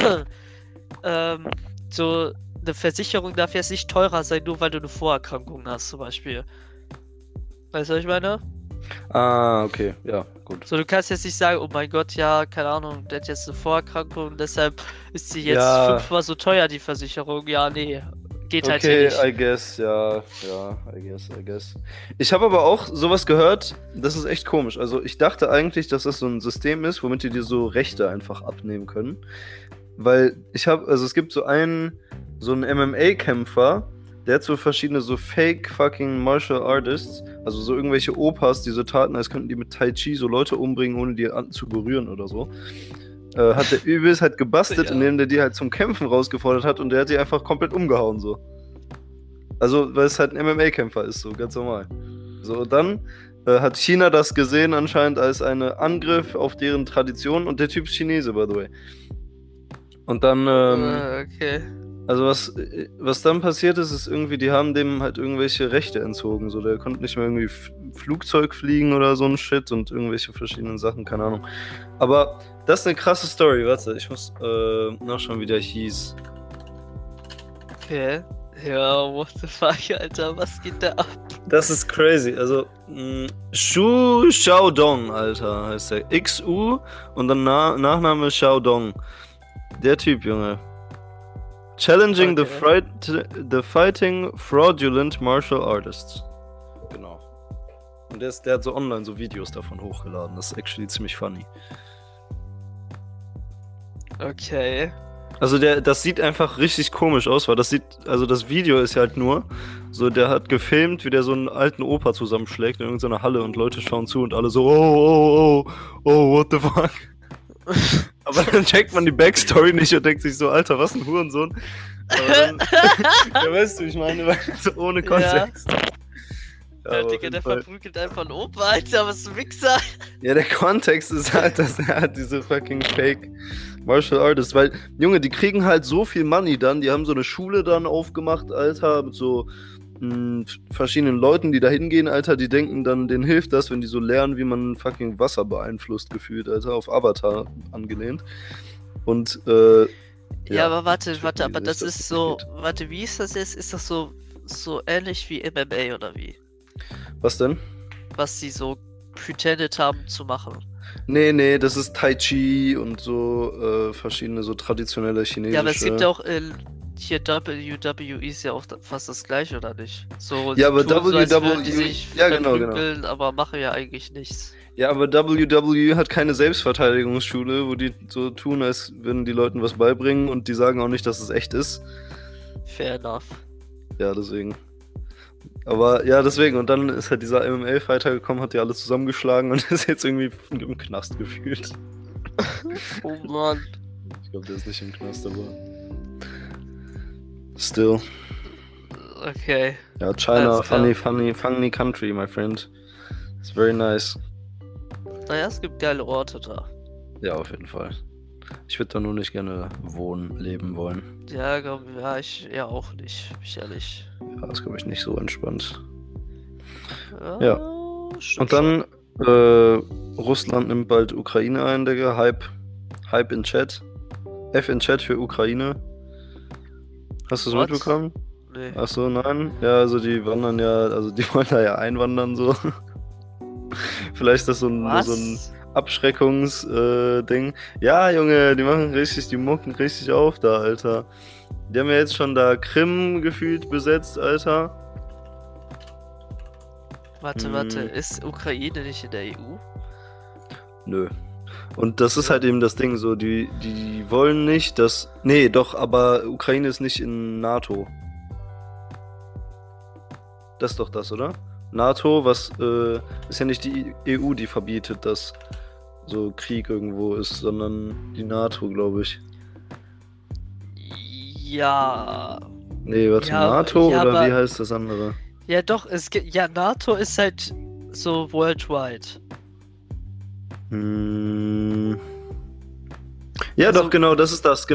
so eine Versicherung darf jetzt nicht teurer sein, nur weil du eine Vorerkrankung hast, zum Beispiel. Weißt du, was ich meine? Ah, okay, ja, gut. So, du kannst jetzt nicht sagen, oh mein Gott, ja, keine Ahnung, der hat jetzt eine Vorerkrankung, deshalb ist sie jetzt Ja. 5-mal so teuer, die Versicherung. Ja, nee, geht halt Okay, hier nicht. I guess, ja, I guess. Ich habe aber auch sowas gehört, das ist echt komisch. Also ich dachte eigentlich, dass das so ein System ist, womit die dir so Rechte einfach abnehmen können. Weil es gibt so einen MMA-Kämpfer, der hat so verschiedene so fake fucking Martial Artists, also so irgendwelche Opas, die so taten, als könnten die mit Tai Chi so Leute umbringen, ohne die zu berühren oder so. Hat der übelst halt gebastelt, Ja. indem der die halt zum Kämpfen rausgefordert hat und der hat die einfach komplett umgehauen, so. Also, weil es halt ein MMA-Kämpfer ist, so, ganz normal. So, und dann hat China das gesehen anscheinend als einen Angriff auf deren Tradition und der Typ ist Chinese, by the way. Und dann, Okay. also was dann passiert ist irgendwie, die haben dem halt irgendwelche Rechte entzogen, so, der konnte nicht mehr irgendwie Flugzeug fliegen oder so ein Shit und irgendwelche verschiedenen Sachen, keine Ahnung. Aber das ist eine krasse Story, warte, ich muss nachschauen, wie der hieß. Okay. Ja, what the fuck, Alter, was geht da ab? Das ist crazy, also Xu Xiaodong, Alter, heißt der. XU und dann Nachname Xiaodong. Der Typ, Junge. Challenging Okay. the fighting fraudulent martial artists. Genau. Und der hat so online so Videos davon hochgeladen. Das ist actually ziemlich funny. Okay. Also das sieht einfach richtig komisch aus, weil das Video ist halt nur, so der hat gefilmt, wie der so einen alten Opa zusammenschlägt in irgendeiner Halle und Leute schauen zu und alle so, oh, what the fuck. Aber dann checkt man die Backstory nicht und denkt sich so, Alter, was ein Hurensohn. Aber dann, ja, weißt du, ich meine, so ohne Kontext. Ja, Digga, der verprügelt einfach einen Opa, Alter, was ein Wichser. Ja, der Kontext ist halt, dass er hat diese fucking Fake Martial Artists, weil, Junge, die kriegen halt so viel Money dann, die haben so eine Schule dann aufgemacht, Alter, mit so verschiedenen Leuten, die da hingehen, Alter, die denken dann, denen hilft das, wenn die so lernen, wie man fucking Wasser beeinflusst, gefühlt, Alter, auf Avatar angelehnt. Und, ja, aber warte, aber das ist so, warte, wie ist das jetzt? Ist das so ähnlich wie MMA oder wie? Was denn? Was sie so pretended haben zu machen. Nee, das ist Tai Chi und so verschiedene so traditionelle chinesische... Ja, aber es gibt ja auch hier WWE ist ja auch fast das gleiche, oder nicht? So, ja, aber WWE... So, die sich ja, genau. Aber machen ja eigentlich nichts. Ja, aber WWE hat keine Selbstverteidigungsschule, wo die so tun, als würden die Leuten was beibringen und die sagen auch nicht, dass es echt ist. Fair enough. Ja, deswegen. Aber ja, deswegen. Und dann ist halt dieser MMA-Fighter gekommen, hat die alle zusammengeschlagen und ist jetzt irgendwie im Knast gefühlt. Oh Mann. Ich glaube, der ist nicht im Knast, aber... Still. Okay. Ja, China, funny country, my friend. It's very nice. Naja, es gibt geile Orte da. Ja, auf jeden Fall. Ich würde da nur nicht gerne leben wollen. Ja, ich ja auch nicht, ehrlich. Ja, das glaube ich nicht so entspannt. Ja. Und dann, Russland nimmt bald Ukraine ein, Digga. Hype in Chat. F in Chat für Ukraine. Hast du es mitbekommen? Nee. Achso, nein? Ja, also die wandern ja, also die wollen da ja einwandern, so. Vielleicht ist das so ein Abschreckungsding. Ja, Junge, die mucken richtig auf da, Alter. Die haben ja jetzt schon da Krim gefühlt besetzt, Alter. Warte, ist Ukraine nicht in der EU? Nö. Und das ist halt eben das Ding, so, die wollen nicht, dass... Nee, doch, aber Ukraine ist nicht in NATO. Das ist doch das, oder? NATO, was ist ja nicht die EU, die verbietet, dass so Krieg irgendwo ist, sondern die NATO, glaube ich. Ja. Nee, warte, ja, NATO ja, oder wie heißt das andere? Ja, doch, NATO ist halt so worldwide. Ja, also, doch, genau, das ist das.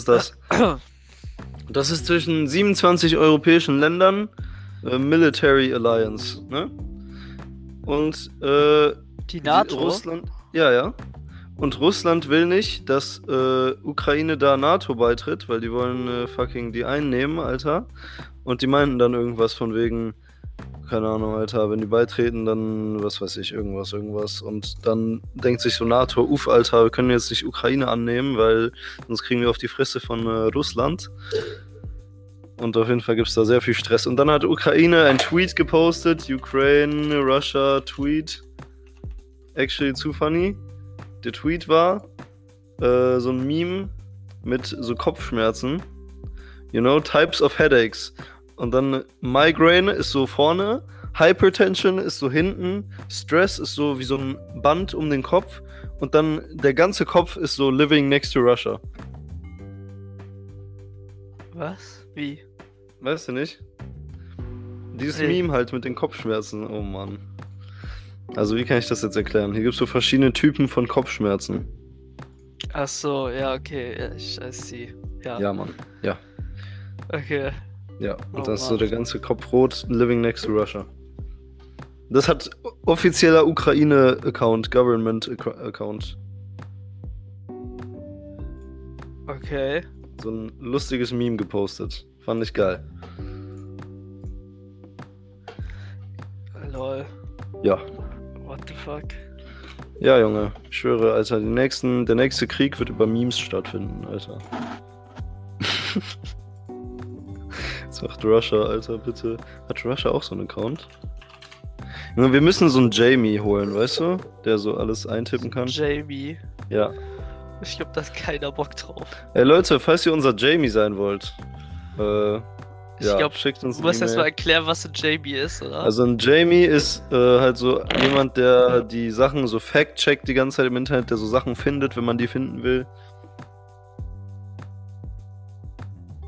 Das ist zwischen 27 europäischen Ländern, Military Alliance, ne? Und die NATO? Russland, ja. Und Russland will nicht, dass Ukraine da NATO beitritt, weil die wollen fucking die einnehmen, Alter. Und die meinten dann irgendwas von wegen, keine Ahnung, Alter, wenn die beitreten, dann, was weiß ich, irgendwas. Und dann denkt sich so NATO, Alter, wir können jetzt nicht Ukraine annehmen, weil sonst kriegen wir auf die Fresse von Russland. Und auf jeden Fall gibt es da sehr viel Stress. Und dann hat Ukraine einen Tweet gepostet, Ukraine, Russia, Tweet. Actually too funny. Der Tweet war so ein Meme mit so Kopfschmerzen. You know, types of headaches. Und dann Migraine ist so vorne, Hypertension ist so hinten, Stress ist so wie so ein Band um den Kopf und dann der ganze Kopf ist so living next to Russia. Was? Wie? Weißt du nicht? Dieses Meme halt mit den Kopfschmerzen, oh Mann. Also wie kann ich das jetzt erklären? Hier gibt es so verschiedene Typen von Kopfschmerzen. Ach so, ja, okay, ja, ich see. Ja. Ja, Mann, ja. Okay. Ja, und dann ist so der ganze Kopf rot, living next to Russia. Das hat offizieller Ukraine-Account, Government-Account. Okay. So ein lustiges Meme gepostet. Fand ich geil. Lol. Ja. What the fuck? Ja, Junge, ich schwöre, Alter, der nächste Krieg wird über Memes stattfinden, Alter. Jetzt macht Russia, Alter, bitte. Hat Russia auch so einen Account? Junge, wir müssen so einen Jamie holen, weißt du? Der so alles eintippen kann. Jamie? Ja. Ich glaub, da hat keiner Bock drauf. Ey, Leute, falls ihr unser Jamie sein wollt, ich glaube, schickt uns du musst erst mal erklären, was ein Jamie ist, oder? Also ein Jamie ist halt so jemand, der die Sachen so fact-checkt die ganze Zeit im Internet, der so Sachen findet, wenn man die finden will.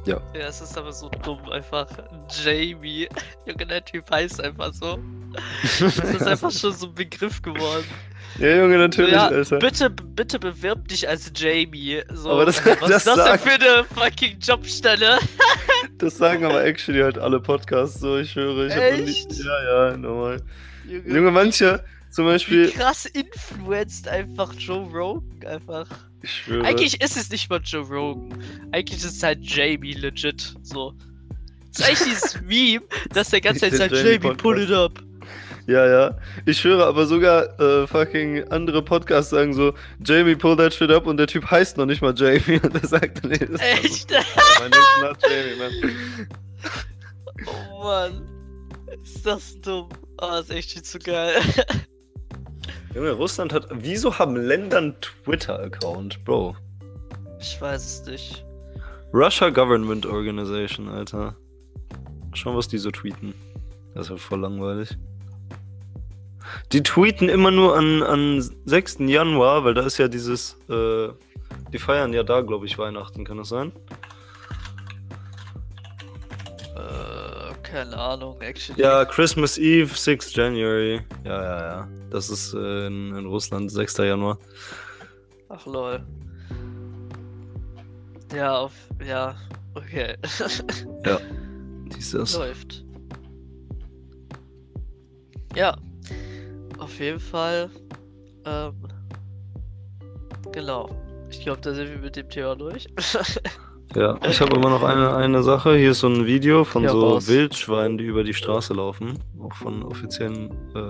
Ja. Ja, es ist aber so dumm, einfach Jamie. Junge, der Typ heißt einfach so. Das ist einfach schon so ein Begriff geworden. Ja, Junge, natürlich, So, ja, Alter. bitte bewirb dich als Jamie. So, Aber das- was das ist das denn sagt- für eine fucking Jobstelle? Das sagen aber actually halt alle Podcasts so, ich schwöre. Ich hab noch nie... Echt? Ja, normal. Junge, manche, zum Wie Beispiel... krass influenced einfach Joe Rogan einfach. Ich schwöre. Eigentlich ist es nicht mal Joe Rogan. Eigentlich ist es halt Jamie legit. So. Das ist eigentlich dieses Meme, dass der ganze Zeit Der sagt, Jamie Jamie, pull it up. Ja. Ich schwöre, aber sogar fucking andere Podcasts sagen so, Jamie, pull that shit up und der Typ heißt noch nicht mal Jamie und der sagt, nee, das Echt? mein Name is not Jamie, man. Oh Mann. Ist das dumm. Oh, das ist echt viel zu geil. Junge, Russland hat... Wieso haben Länder einen Twitter-Account, Bro? Ich weiß es nicht. Russia Government Organization, Alter. Schauen, was die so tweeten. Das ist ja voll langweilig. Die tweeten immer nur an 6. Januar, weil da ist ja dieses... die feiern ja da, glaube ich, Weihnachten, kann das sein? Keine Ahnung, actually. Ja, Christmas Eve, 6 January. Ja. Das ist in Russland, 6. Januar. Ach lol. Ja, ja, okay. Ja, dies das. Läuft. Ja, auf jeden Fall. Genau. Ich glaube, da sind wir mit dem Thema durch. Ja, ich habe immer noch eine Sache. Hier ist so ein Video von Ja, so raus. Wildschweinen, die über die Straße laufen. Auch von offiziellen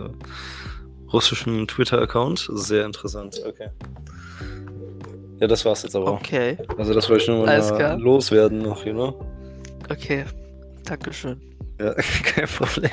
russischen Twitter-Account. Sehr interessant. Okay. Ja, das war's jetzt aber auch. Okay, Also das wollte ich nur Alles mal klar. loswerden noch, you know? okay. Dankeschön. Ja, kein Problem.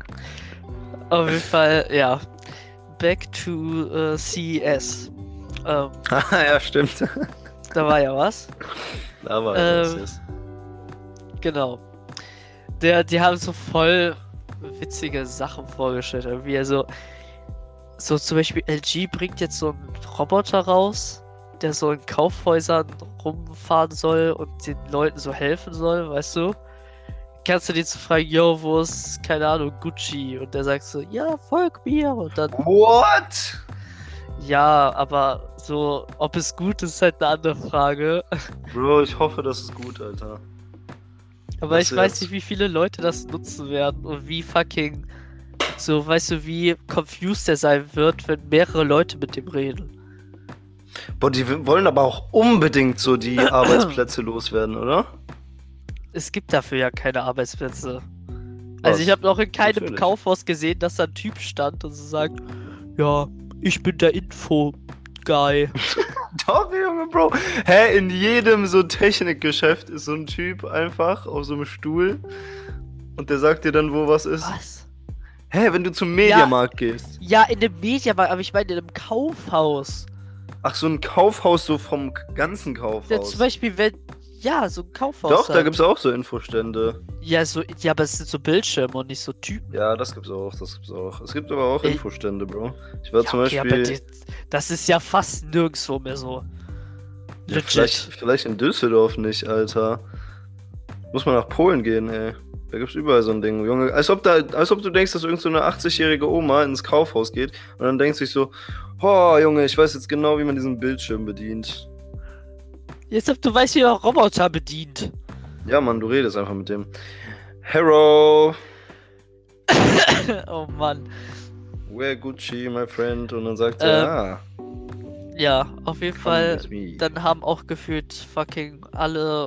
Auf jeden Fall, ja. Back to CES. Ja, stimmt. Da war ja was. Da war Ähm, das. Genau. Die haben so voll witzige Sachen vorgestellt. Irgendwie so zum Beispiel LG bringt jetzt so einen Roboter raus, der so in Kaufhäusern rumfahren soll und den Leuten so helfen soll, weißt du? Kannst du den so fragen, yo, wo ist, keine Ahnung, Gucci? Und der sagt so, ja, folg mir. Und dann, What? ja, aber so, ob es gut ist, ist halt eine andere Frage. Bro, ich hoffe, das ist gut, Alter. Aber Was ich weiß jetzt? nicht, wie viele Leute das nutzen werden und wie fucking, so, weißt du, wie confused er sein wird, wenn mehrere Leute mit dem reden. Boah, die wollen aber auch unbedingt so die Arbeitsplätze loswerden, oder? Es gibt dafür ja keine Arbeitsplätze. Was? Also ich habe noch in keinem Natürlich. Kaufhaus gesehen, dass da ein Typ stand und so sagt, ja, ich bin der Info-Guy. Doch, Junge, Bro. Hä, in jedem so Technikgeschäft ist so ein Typ einfach auf so einem Stuhl und der sagt dir dann, wo was ist. Was? Hä, wenn du zum Mediamarkt gehst. Ja, in dem Mediamarkt, aber ich meine in einem Kaufhaus. Ach, so ein Kaufhaus, so vom ganzen Ja, Kaufhaus. zum Beispiel, wenn, ja, so ein Kaufhaus. Doch, da halt. gibt's auch so Infostände. Ja, ja, aber es sind so Bildschirme und nicht so Typen. Ja, das gibt's auch, Es gibt aber auch Ey. Infostände, Bro. Ich war Ja, zum okay, aber Beispiel... das ist ja fast nirgendwo mehr so. Ja, Legit. vielleicht in Düsseldorf nicht, Alter. Muss man nach Polen gehen, ey. Da gibt's überall so ein Ding, Junge. Als ob du denkst, dass irgend so eine 80-jährige Oma ins Kaufhaus geht und dann denkst du dich so, oh, Junge, ich weiß jetzt genau, wie man diesen Bildschirm bedient. Jetzt ob du weißt, wie man Roboter bedient. Ja, Mann, du redest einfach mit dem. Hello, Oh Mann. wear Gucci, my friend. Und dann sagt Ähm, er, Ja, auf jeden come Fall. with me. Dann haben auch gefühlt fucking alle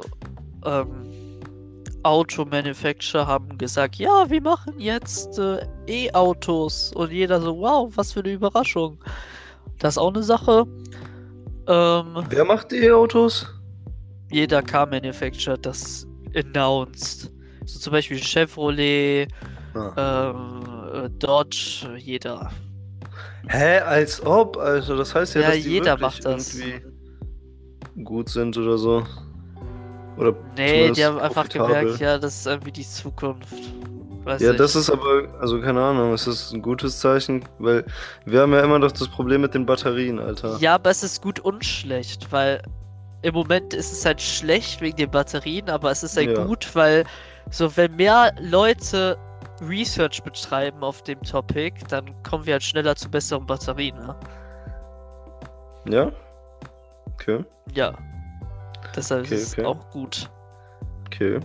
Auto-Manufacturer haben gesagt, ja, wir machen jetzt E-Autos. Und jeder so, wow, was für eine Überraschung. Das ist auch eine Sache. Wer macht die E-Autos? Jeder Car-Manufacturer das announced. So zum Beispiel Chevrolet, Ah. Dodge, jeder. Hä, als ob, also das heißt ja, Ja, dass die jeder wirklich macht das. irgendwie gut sind oder so. Oder Nee, zumindest die haben einfach profitabel. gemerkt, ja, das ist irgendwie die Zukunft. Weiß Ja, nicht. das ist aber, also keine Ahnung, es ist ein gutes Zeichen, weil wir haben ja immer noch das Problem mit den Batterien, Alter. Ja, aber es ist gut und schlecht, weil im Moment ist es halt schlecht wegen den Batterien, aber es ist halt Ja. gut, weil so wenn mehr Leute Research betreiben auf dem Topic, dann kommen wir halt schneller zu besseren Batterien, ne? Ja? Okay. Ja. Deshalb Okay, ist es okay. auch gut. Okay.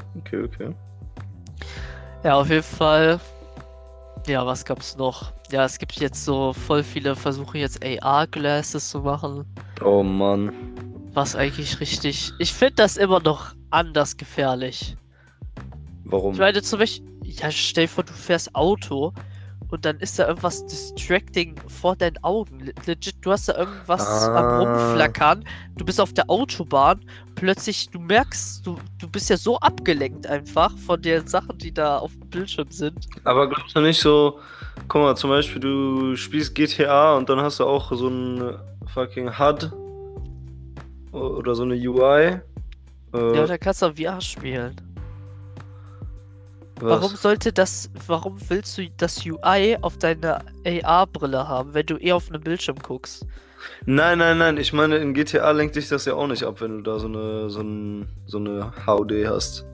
Ja, auf jeden Fall. Ja, was gab's noch? Ja, es gibt jetzt so voll viele Versuche, jetzt AR-Glasses zu machen. Oh Mann. Was eigentlich richtig. Ich finde das immer noch anders gefährlich. Warum? Ich meine, zum Beispiel, ja, stell dir vor, du fährst Auto und dann ist da irgendwas distracting vor deinen Augen. Legit, du hast da irgendwas am Rumflackern, du bist auf der Autobahn, plötzlich, du merkst, du bist ja so abgelenkt einfach von den Sachen, die da auf dem Bildschirm sind. Aber glaubst du nicht so, guck mal, zum Beispiel du spielst GTA und dann hast du auch so ein fucking HUD oder so eine UI. Ja, da kannst du auch VR spielen. Was? Warum willst du das UI auf deiner AR-Brille haben, wenn du eh auf einem Bildschirm guckst? Nein, ich meine, in GTA lenkt dich das ja auch nicht ab, wenn du da so eine HUD hast.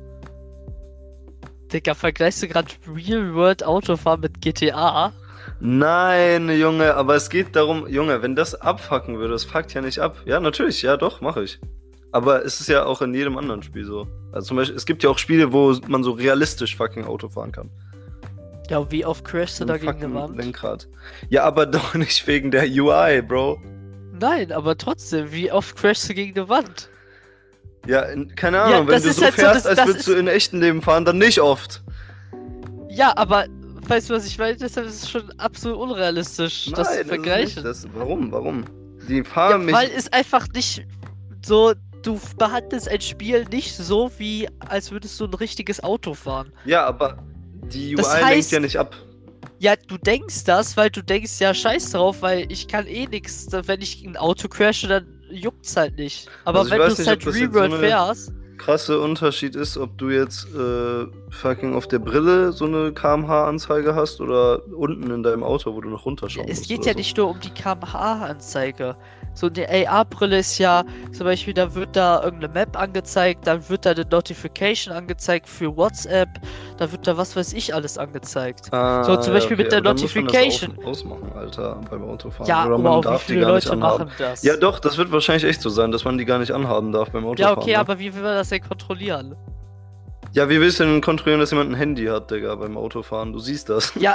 Digga, vergleichst du gerade Real-World Autofahren mit GTA? Nein, Junge, aber es geht darum, Junge, wenn das abfucken würde, das fuckt ja nicht ab. Ja, natürlich, ja doch, mache ich. Aber es ist ja auch in jedem anderen Spiel so. Also zum Beispiel, es gibt ja auch Spiele, wo man so realistisch fucking Auto fahren kann. Ja, wie oft crashst du da Mit gegen eine fucking Wand? Lenkrad. Ja, aber doch nicht wegen der UI, Bro. Nein, aber trotzdem, wie oft crashst du gegen eine Wand? Ja, keine Ja, Ahnung, wenn das du ist so halt so, fährst, das als würdest du ist- in echten Leben fahren, dann nicht oft. Ja, aber weißt du, was ich meine? Deshalb ist es schon absolut unrealistisch, das zu Nein, vergleichen. das ist nicht das. Warum? Die Ja, fahren mich. weil es einfach nicht so, du behandelst ein Spiel nicht so, wie als würdest du ein richtiges Auto fahren. Ja, aber die UI Das lenkt heißt- ja nicht ab. Ja, du denkst das, weil du denkst, ja, scheiß drauf, weil ich kann eh nichts. Wenn ich ein Auto crashe, dann juckt's halt nicht. Aber Also ich wenn du weiß es nicht, halt ob das jetzt Real-World so eine- fährst, Krasse Unterschied ist, ob du jetzt fucking auf der Brille so eine kmh-Anzeige hast oder unten in deinem Auto, wo du noch runterschauen es musst geht oder ja so. nicht nur um die kmh-Anzeige. So eine AR-Brille ist ja, zum Beispiel, da wird da irgendeine Map angezeigt, dann wird da eine Notification angezeigt für WhatsApp, da wird da was weiß ich alles angezeigt. So, zum Beispiel mit der aber dann muss man das Notification. ausmachen, Alter, beim Autofahren. Ja, Oder man wow, wie darf die viele gar nicht Leute anhaben. machen das? Ja, doch, das wird wahrscheinlich echt so sein, dass man die gar nicht anhaben darf beim Autofahren. Ja, okay, ne? aber wie will man das denn kontrollieren? Ja, wie willst du denn kontrollieren, dass jemand ein Handy hat, Digga, beim Autofahren? Du siehst das. Ja.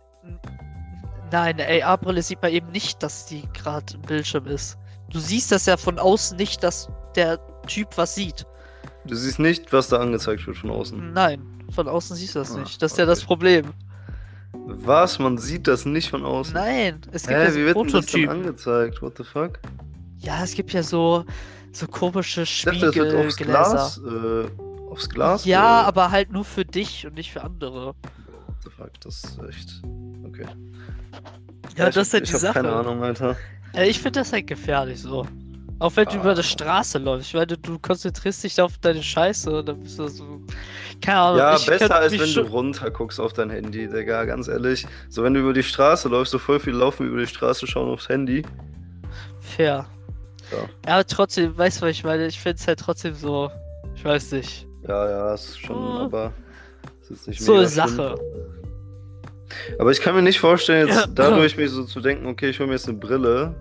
Nein, eine AR-Brille sieht man eben nicht, dass die gerade im Bildschirm ist. Du siehst das ja von außen nicht, dass der Typ was sieht. Du siehst nicht, was da angezeigt wird von außen. Nein, von außen siehst du das Ah, nicht. Das ist ja das Problem. Was? Man sieht das nicht von außen? Nein, es gibt Hä, ja so wie wird denn das dann Prototypen. angezeigt? What the fuck? Ja, es gibt ja so komische Ich dachte, das wird aufs Spiegelgläser. Glas, aufs Glas? Ja, aber halt nur für dich und nicht für andere. What the fuck, das ist echt... Okay. Ja, ich das ist hab- halt die Ich hab Sache. keine Ahnung, Alter. Ich finde das halt gefährlich so. Auch wenn du über eine Straße läufst. Ich meine, du konzentrierst dich auf deine Scheiße und dann bist du so. Keine Ahnung. Ja, ich besser könnte als mich wenn du schon- runter guckst auf dein Handy, Digga, ganz ehrlich. So, wenn du über die Straße läufst, so voll viel laufen über die Straße, schauen aufs Handy. Fair. Ja. Ja, aber trotzdem, weißt du, was ich meine? Ich finde es halt trotzdem so. Ich weiß nicht. Ja, ist schon, Oh. aber... Das ist nicht So mega eine Sache. schlimm. Aber ich kann mir nicht vorstellen, jetzt dadurch mir so zu denken, okay, ich hole mir jetzt eine Brille.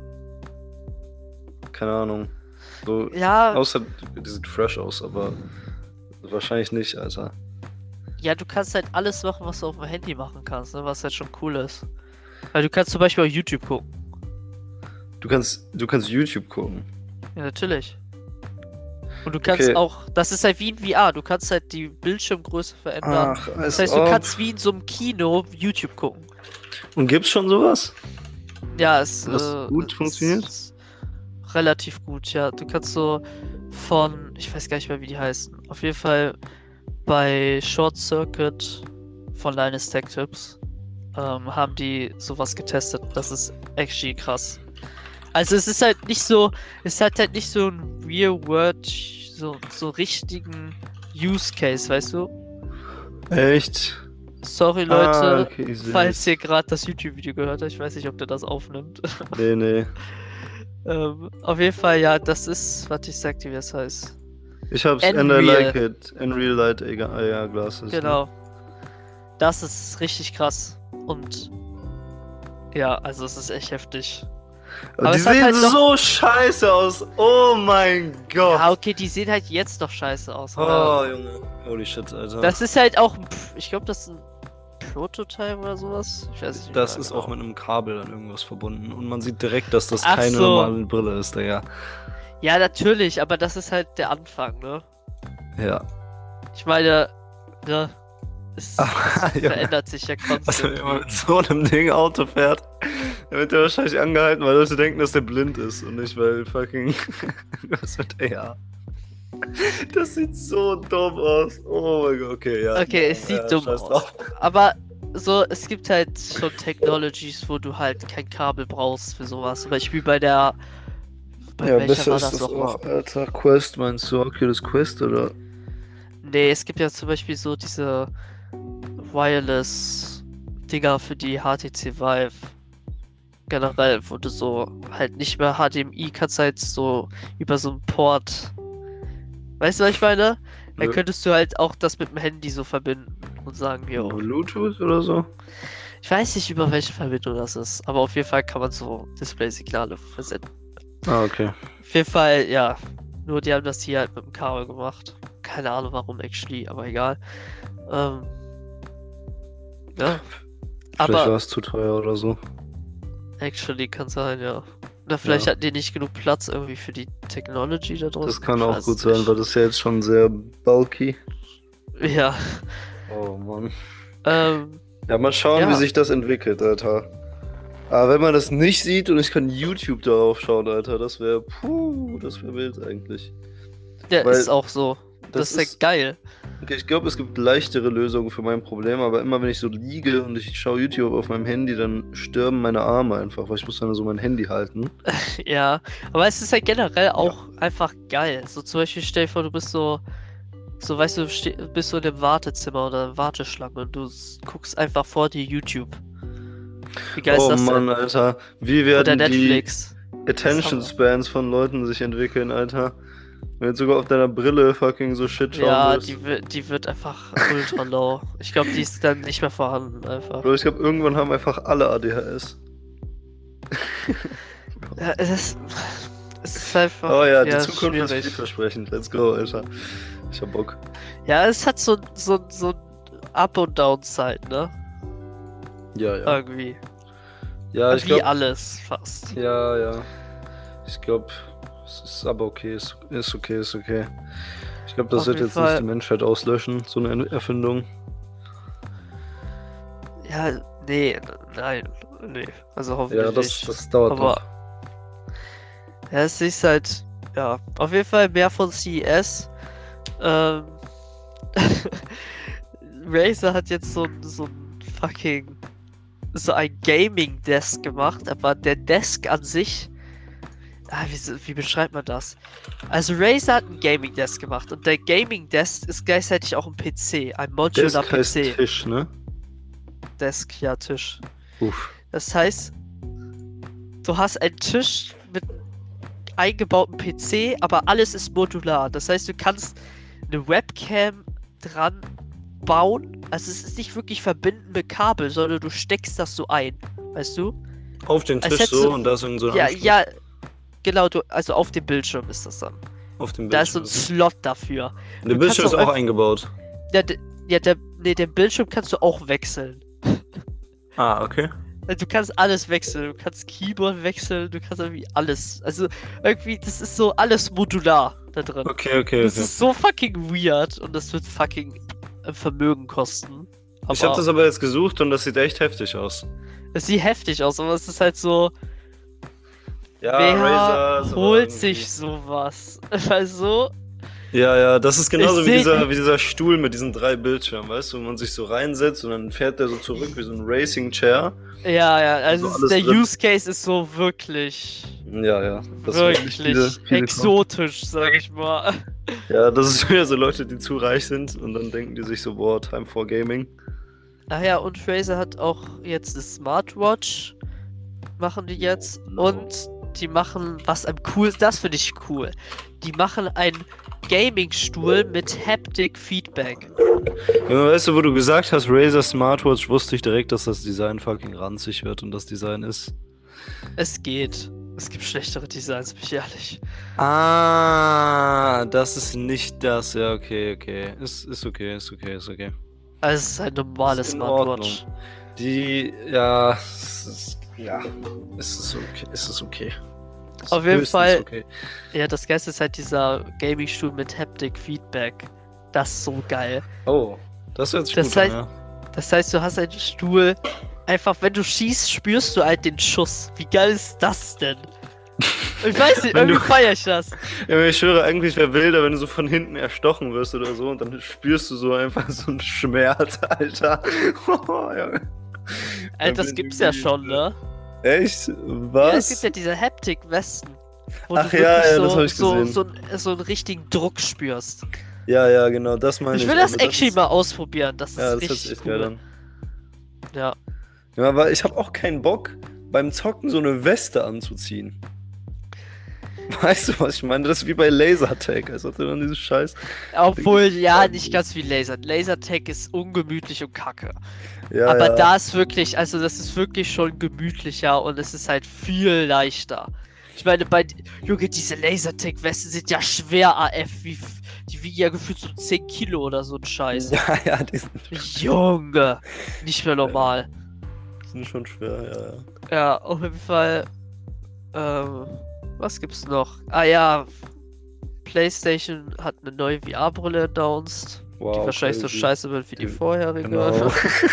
Keine Ahnung. So, Ja, außer, die sieht fresh aus, aber wahrscheinlich nicht, Alter. ja, du kannst halt alles machen, was du auf dem Handy machen kannst, ne? Was halt schon cool ist. Weil du kannst zum Beispiel auf YouTube gucken. Du kannst YouTube gucken. Ja, natürlich. Und du kannst Okay. auch, das ist halt wie in VR, du kannst halt die Bildschirmgröße verändern. Ach, Das heißt, du kannst wie in so einem Kino YouTube gucken. Und gibt's schon sowas? Ja, es Was gut funktioniert? ist relativ gut, ja. Du kannst so von, ich weiß gar nicht mehr, wie die heißen. Auf jeden Fall bei Short Circuit von Linus Tech Tips haben die sowas getestet. Das ist actually krass. Also es ist halt nicht so, es hat halt nicht so ein Real World, so richtigen Use Case, weißt du? Echt? Sorry Leute, Okay, ich seh's. falls ihr gerade das YouTube-Video gehört habt, ich weiß nicht, ob der das aufnimmt. Nee. Auf jeden Fall, ja, das ist, warte, ich sag dir, wie es heißt. Ich hab's and I Unreal. like it. In real light, AR glasses. Genau. Das ist richtig krass. Und ja, also es ist echt heftig. Aber Aber die es hat sehen halt noch- so scheiße aus. Oh mein Gott. Ja, okay, die sehen halt jetzt noch scheiße aus. Oh, Aber Junge. Holy shit, Alter. das ist halt auch, ich glaube, das ist ein Prototype oder sowas. Ich weiß nicht. Das mehr ist genau. auch mit einem Kabel an irgendwas verbunden. Und man sieht direkt, dass das Ach keine so. normale Brille ist, Digga. Ja, natürlich, aber das ist halt der Anfang, ne? Ja. Ich meine, ne? Es Ja. verändert sich ja Also, konstant. wenn man mit so einem Ding Auto fährt, dann wird der wahrscheinlich angehalten, weil Leute denken, dass der blind ist und nicht, weil fucking. Was mit AR? Das sieht so dumm aus. Oh mein Gott, okay, ja. Okay, es sieht dumm scheiß aus. drauf. Aber so, es gibt halt schon Technologies, wo du halt kein Kabel brauchst für sowas. Zum Beispiel bei der. Bei Ja, welcher besser war ist das das nochmal? auch, Alter. Quest meinst du? Oculus Quest, oder? Nee, es gibt ja zum Beispiel so diese Wireless-Dinger für die HTC Vive. Generell, wo du so halt nicht mehr HDMI kannst, halt so über so einen Port. Weißt du, was ich meine? Dann Nö. könntest du halt auch das mit dem Handy so verbinden und sagen, jo. Bluetooth oder so? Ich weiß nicht, über welche Verbindung das ist, aber auf jeden Fall kann man so Display-Signale versenden. Ah, okay. Auf jeden Fall, ja. Nur die haben das hier halt mit dem Kabel gemacht. Keine Ahnung warum, actually, aber egal. Ja. Vielleicht Aber war es zu teuer oder so. actually kann sein, ja. Oder vielleicht Ja. hatten die nicht genug Platz irgendwie für die Technology da draußen. Das kann Ich auch weiß gut es sein, nicht. weil das ist ja jetzt schon sehr bulky. Ja. Oh Mann. Ähm, Ja, mal schauen, Ja. wie sich das entwickelt, Alter. Aber wenn man das nicht sieht und ich kann YouTube darauf schauen, Alter, das wäre wild eigentlich. ja, Weil ist auch so. Das das ist ja ist- geil. Okay, ich glaube, es gibt leichtere Lösungen für mein Problem, aber immer wenn ich so liege und ich schaue YouTube auf meinem Handy, dann sterben meine Arme einfach, weil ich muss dann so mein Handy halten. Ja, aber es ist halt generell auch einfach geil. So zum Beispiel stell dir vor, du bist so weißt du, bist so in einem Wartezimmer oder Warteschlange und guckst einfach vor dir YouTube. Wie geil ist Oh das Mann, denn? Alter. Wie Oder werden die Netflix. Attention Das Spans von Leuten sich entwickeln, Alter? Wenn du sogar auf deiner Brille fucking so Shit schauen Ja, willst. die wird einfach ultra low. Ich glaube, die ist dann nicht mehr vorhanden einfach. Bro, ich glaube, irgendwann haben einfach alle ADHS. Ja, es ist einfach Oh ja, die Zukunft ist schwierig. vielversprechend. Let's go, Alter. Ich hab Bock. Ja, es hat so Up- und Downside, ne? Ja, ja. Irgendwie. Ja, ich Wie glaube. alles fast. Ja, ja. Ich glaube, es ist aber okay. Ist okay, ist okay. Ich glaube, das Auf wird jeden jetzt Fall. nicht die Menschheit auslöschen, so eine Erfindung. Ja, nee, nein, nee. Also hoffentlich Ja, nicht. das dauert Aber noch. ja, es ist halt, ja, auf jeden Fall mehr von CES. Ähm, Razer hat jetzt so ein fucking, so ein Gaming-Desk gemacht, aber der Desk an sich, wie beschreibt man das? Also Razer hat ein Gaming-Desk gemacht und der Gaming-Desk ist gleichzeitig auch ein PC, ein Modular Desk heißt PC. Tisch, ne? Desk, ja, Tisch. Uff. Das heißt, du hast einen Tisch mit eingebautem PC, aber alles ist modular. Das heißt, du kannst eine Webcam dran bauen. Also es ist nicht wirklich verbinden mit Kabel, sondern du steckst das so ein. Weißt du? Auf den Als Tisch hättest so du- und da ist irgend so ein Ja, Anschluss ja, genau, also auf dem Bildschirm ist das dann. auf dem Da ist so Bildschirm. ein Slot dafür. Der du Bildschirm ist kannst auch auch eingebaut. Ja, den Bildschirm kannst du auch wechseln. Ah, okay. Also du kannst alles wechseln, du kannst Keyboard wechseln, du kannst irgendwie alles. Also irgendwie, das ist so alles modular da drin. Okay, okay, Das okay. ist so fucking weird und das wird fucking Vermögen kosten. Ich habe das aber jetzt gesucht und das sieht echt heftig aus. Es sieht heftig aus, aber es ist halt so, Ja, wer Razer ist aber holt irgendwie- sich sowas? Weißt du? Ja, das ist genauso Ich wie seh- wie dieser Stuhl mit diesen 3 Bildschirmen, weißt du, wo man sich so reinsetzt und dann fährt der so zurück wie so ein Racing Chair. Ja, also Also alles der drin. Use Case ist so wirklich, Ja. Das werden wirklich viele kaufen. exotisch, sag ich mal. Ja, das ist wieder so Leute, die zu reich sind und dann denken die sich so, boah, time for gaming. Ach ja, und Razer hat auch jetzt eine Smartwatch, machen die jetzt. No. Und die machen was am coolsten, das finde ich cool. Die machen einen Gaming-Stuhl mit Haptic Feedback. Junge, weißt du, wo du gesagt hast, Razer Smartwatch, wusste ich direkt, dass das Design fucking ranzig wird und das Design ist. Es geht. Es gibt schlechtere Designs, bin ich ehrlich. Ah, das ist nicht das. Ja, okay. Ist okay. Also es ist ein normales Ist in Smartwatch. Ordnung. Ja, es ist okay. Auf jeden Höchstens Fall, okay. ja, das Geilste ist halt dieser Gaming-Stuhl mit Haptic Feedback. Das ist so geil. Oh, das hört sich Das gut an, heißt- ja. Das heißt, du hast einen Stuhl, einfach wenn du schießt, spürst du halt den Schuss. Wie geil ist das denn? Ich weiß nicht, Wenn irgendwie du- feier ich das. Ja, ich schwöre, eigentlich wäre wilder, wenn du so von hinten erstochen wirst oder so und dann spürst du so einfach so einen Schmerz, Alter. Junge. Alter, das gibt's ja schon, ne? Echt? Ja, Was? es gibt ja diese Haptic-Westen. Wo Ach du ja, wirklich ja, das hab ich gesehen. so einen richtigen Druck spürst. Ja, genau, das meine ich. Ich will das aber actually ist- mal ausprobieren. Das ist Ja, das hört sich richtig echt geil cool. an. Ja. Ja, aber ich habe auch keinen Bock, beim Zocken so eine Weste anzuziehen. Weißt du, was ich meine? Das ist wie bei Lasertag, als ob du dann dieses Scheiß. Obwohl, ja, nicht ganz wie Laser. Lasertag ist ungemütlich und kacke. Ja, Aber ja. da ist wirklich, also das ist wirklich schon gemütlicher und es ist halt viel leichter. Ich meine, Junge, diese Lasertag-Westen sind ja schwer AF, die wiegen ja gefühlt so 10 Kilo oder so ein Scheiß. Ja, die Junge, nicht mehr normal. sind schon schwer, ja. Ja, auf jeden Fall, was gibt's noch? Ah ja, PlayStation hat eine neue VR-Brille announced, Wow, die wahrscheinlich so crazy. scheiße wird wie die vorherige. Genau.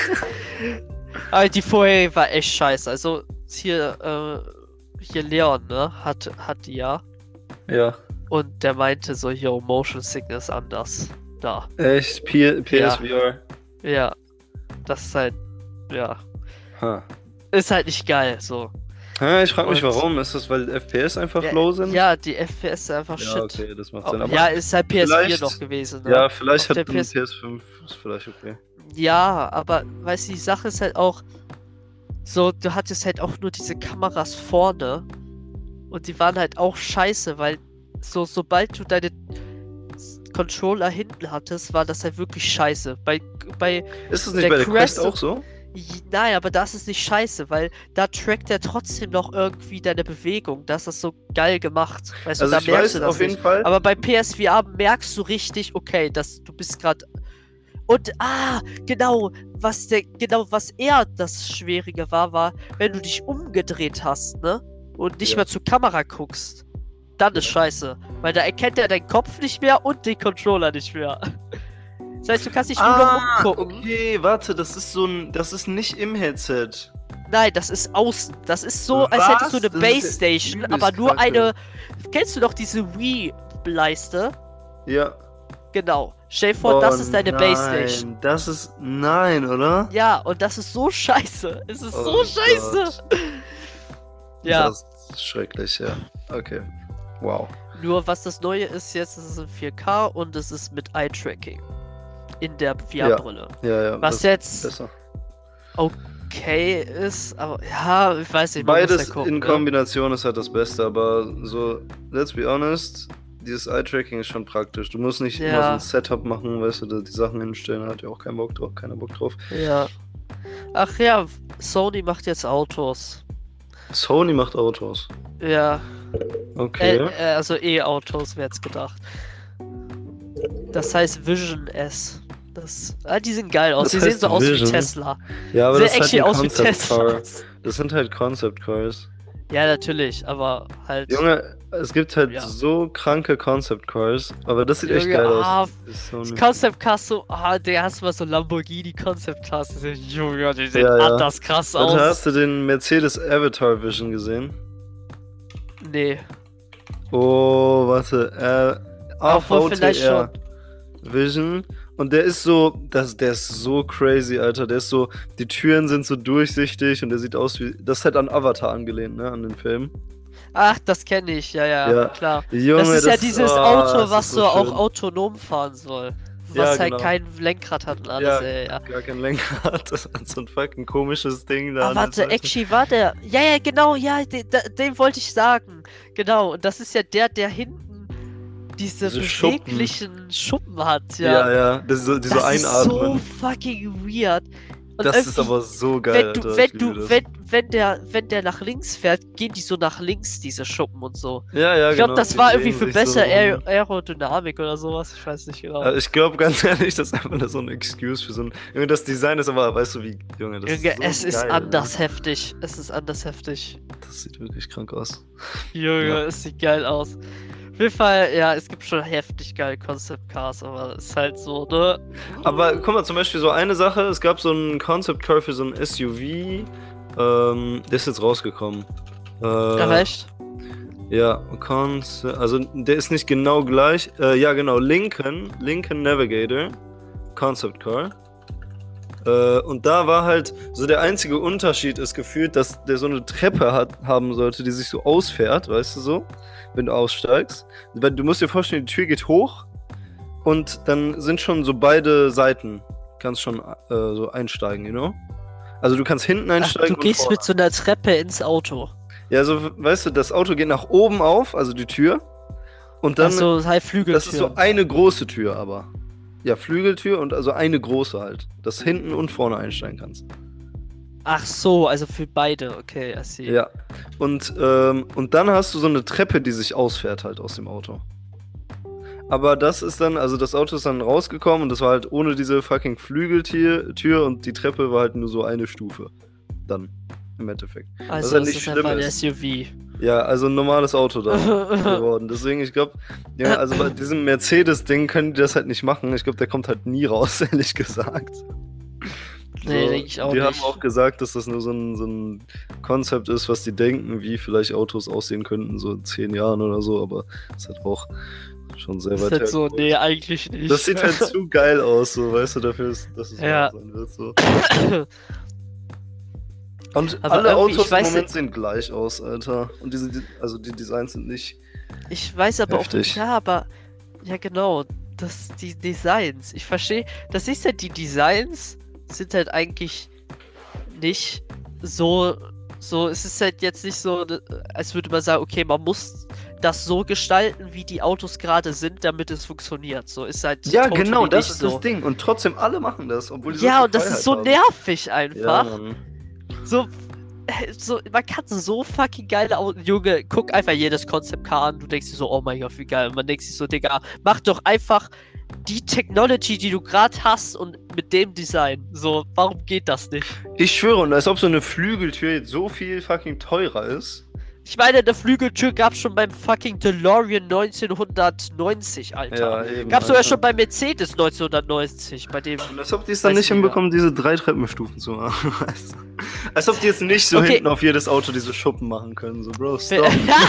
Aber die vorherige war echt scheiße. Also hier Leon, ne, hat die ja. Ja. Und der meinte so, yo, Motion Sickness anders. Da. Echt? PSVR? Ja. Das ist halt, ja. Ha. Ist halt nicht geil, so. Ja, ich frage mich, Und- warum. Ist das, weil FPS einfach Ja, low sind? ja, die FPS sind einfach Ja, shit. okay, das macht Oh, Sinn. Aber ja, ist halt PS4 vielleicht- noch gewesen, ne? ja, vielleicht Auf hat der ein PS PS5 ist vielleicht okay. Ja, aber weißt du, die Sache ist halt auch so, du hattest halt auch nur diese Kameras vorne und die waren halt auch scheiße, weil sobald du deine Controller hinten hattest, war das halt wirklich scheiße. Bei Ist das nicht Der bei der Quest Quest- auch so? Nein, aber das ist nicht scheiße, weil da trackt er trotzdem noch irgendwie deine Bewegung. Das ist so geil gemacht. Weißt du, Also da ich merkst weiß du das auf jeden nicht. Fall. Aber bei PSVR merkst du richtig, okay, du bist gerade. Und genau, was eher das Schwierige war, wenn du dich umgedreht hast, ne? Und nicht Ja. mehr zur Kamera guckst, dann ist scheiße. Weil da erkennt er deinen Kopf nicht mehr und den Controller nicht mehr. Das heißt, du kannst dich nur noch umgucken. Okay, warte, das ist nicht im Headset. Nein, das ist außen. Das ist so, als hättest du Was? eine Das ist ja Base Station, übelst aber nur kacke. eine. Kennst du doch diese Wii-Leiste? Ja. Genau. Stell dir vor, das ist deine Base Station. Nein, das ist. Nein, oder? Ja, und das ist so scheiße. Es ist Oh so scheiße. Gott. Ja, Das ist schrecklich, ja. Okay. Wow. nur was das Neue ist jetzt, ist es in 4K und es ist mit Eye-Tracking. In der VR-Brille. Ja, Was das jetzt ist besser. okay ist, aber ja, ich weiß nicht, man muss Beides ja gucken, in ne? Kombination ist halt das Beste, aber so, let's be honest, dieses Eye-Tracking ist schon praktisch. Du musst nicht Ja. immer so ein Setup machen, weißt du, die Sachen hinstellen, hat ja auch keiner Bock drauf. Ja. Ach ja, Sony macht jetzt Autos. Sony macht Autos. Ja. Okay. Also E-Autos, wer hätte gedacht. Das heißt Vision S. Die sehen geil aus. Das Die sehen heißt so aus wie Vision? Tesla. Ja, aber Sehen das ist halt actually ein aus wie Concept Car. Tesla. Das sind halt Concept Cars. Ja, natürlich, aber halt. Junge, es gibt halt Ja. so kranke Concept Cars, aber das sieht echt Junge, geil aus. Ist so eine- Concept Cars so, der hast du mal so Lamborghini Concept Cars. Die sehen, Junge, die sehen Ja, ja. anders krass Alter, aus. hast du den Mercedes Avatar Vision gesehen? Nee. Oh, warte. Obwohl vielleicht AVTR Vision. Und der ist so, der ist so crazy, Alter. Der ist so, die Türen sind so durchsichtig und der sieht aus wie, das ist halt an Avatar angelehnt, ne, an den Film. Ach, das kenne ich, ja, Ja. klar. Junge, das ist ja dieses das Auto, ist was so so auch schön. autonom fahren soll. was Ja, halt genau. kein Lenkrad hat und alles, Ja, ja. gar kein Lenkrad. Das hat so ein fucking komisches Ding da Ah, an der warte, Seite. actually war der. Ja, genau, ja, den wollte ich sagen. Genau, und das ist ja der hinten diese Diese Schuppen. beweglichen Schuppen hat, Ja, ja. ja, die so Das ist so einatmen. fucking weird. Und Das ist irgendwie, aber so geil, Alter. Ich liebe das. wenn der nach links fährt, gehen die so nach links, diese Schuppen und so. Ja, Ich glaube, genau. das Die war irgendwie drehen für sich besser so rum. Aerodynamik oder sowas. Ich weiß nicht genau. Ich glaube ganz ehrlich, das ist einfach nur so ein Excuse für so ein. Junge, das Design ist aber, weißt du wie, Junge, das Junge, ist so es ist geil, anders heftig. Es ist anders heftig. Ne? Das sieht wirklich krank aus. Junge, Ja. es sieht geil aus. Auf jeden Fall, ja, es gibt schon heftig geile Concept Cars, aber es ist halt so, ne? Aber guck mal, zum Beispiel so eine Sache, es gab so einen Concept Car für so ein SUV, der ist jetzt rausgekommen. Ach, echt? Ja, also der ist nicht genau gleich. Ja, genau, Lincoln Navigator, Concept Car. Und da war halt, so der einzige Unterschied ist gefühlt, dass der so eine Treppe haben sollte, die sich so ausfährt, weißt du so, wenn du aussteigst. Weil du musst dir vorstellen, die Tür geht hoch und dann sind schon so beide Seiten, kannst schon so einsteigen, you know? Also du kannst hinten Ach, einsteigen du gehst und mit so einer Treppe ins Auto. Ja, also weißt du, das Auto geht nach oben auf, also die Tür. Und dann, Also halt Flügeltür. das ist so eine große Tür aber. Ja, Flügeltür und also eine große halt. Dass hinten und vorne einsteigen kannst. Ach so, also für beide, okay, I see. Ja. Und dann hast du so eine Treppe, die sich ausfährt halt aus dem Auto. Aber das ist dann, also das Auto ist dann rausgekommen und das war halt ohne diese fucking Flügeltür und die Treppe war halt nur so eine Stufe. Dann, im Endeffekt. Also halt es nicht ist schlimm einfach ein ist. SUV. Ja, also ein normales Auto da geworden. Deswegen, ich glaube, ja, also bei diesem Mercedes-Ding können die das halt nicht machen. Ich glaube, der kommt halt nie raus, ehrlich gesagt. Nee, denke ich auch die nicht. haben auch gesagt, dass das nur so ein Konzept ist, was die denken, wie vielleicht Autos aussehen könnten, so in 10 Jahren oder so, aber das ist halt auch schon sehr Das weit ist halt so, hergeholt. nee, eigentlich nicht. Das sieht halt zu geil aus, so, weißt du, dafür, dass es Ja. wahr sein wird. So. Und Aber alle irgendwie, Autos ich im weiß Moment sehen gleich aus, Alter. Und die Designs sind nicht. Ich weiß aber Heftig. auch, ja, aber, ja genau, die Designs, ich verstehe, das ist ja, die Designs sind halt eigentlich nicht so, es ist halt jetzt nicht so, als würde man sagen, okay, man muss das so gestalten, wie die Autos gerade sind, damit es funktioniert, so ist halt Ja, totally genau, das nicht ist so. das Ding. Und trotzdem alle machen das, obwohl die so Ja, viel und das Freiheit ist so haben. nervig Ja, einfach. Mann. So, man kann so fucking geile Autos. Junge, guck einfach jedes Concept Car an. Du denkst dir so, oh mein Gott, wie geil. Und man denkt sich so, Digga, mach doch einfach die Technology, die du gerade hast und mit dem Design. So, warum geht das nicht? Ich schwöre, und als ob so eine Flügeltür jetzt so viel fucking teurer ist. Ich meine, eine Flügeltür gab's schon beim fucking DeLorean 1990, Alter. Ja, eben. Gab's sogar Alter. schon bei Mercedes 1990, bei dem. Und als ob die es dann Weiß nicht ich hinbekommen, diese 3 Treppenstufen zu machen. Weißt du? Als ob die jetzt nicht so Okay. hinten auf jedes Auto diese Schuppen machen können. So, Bro, stop.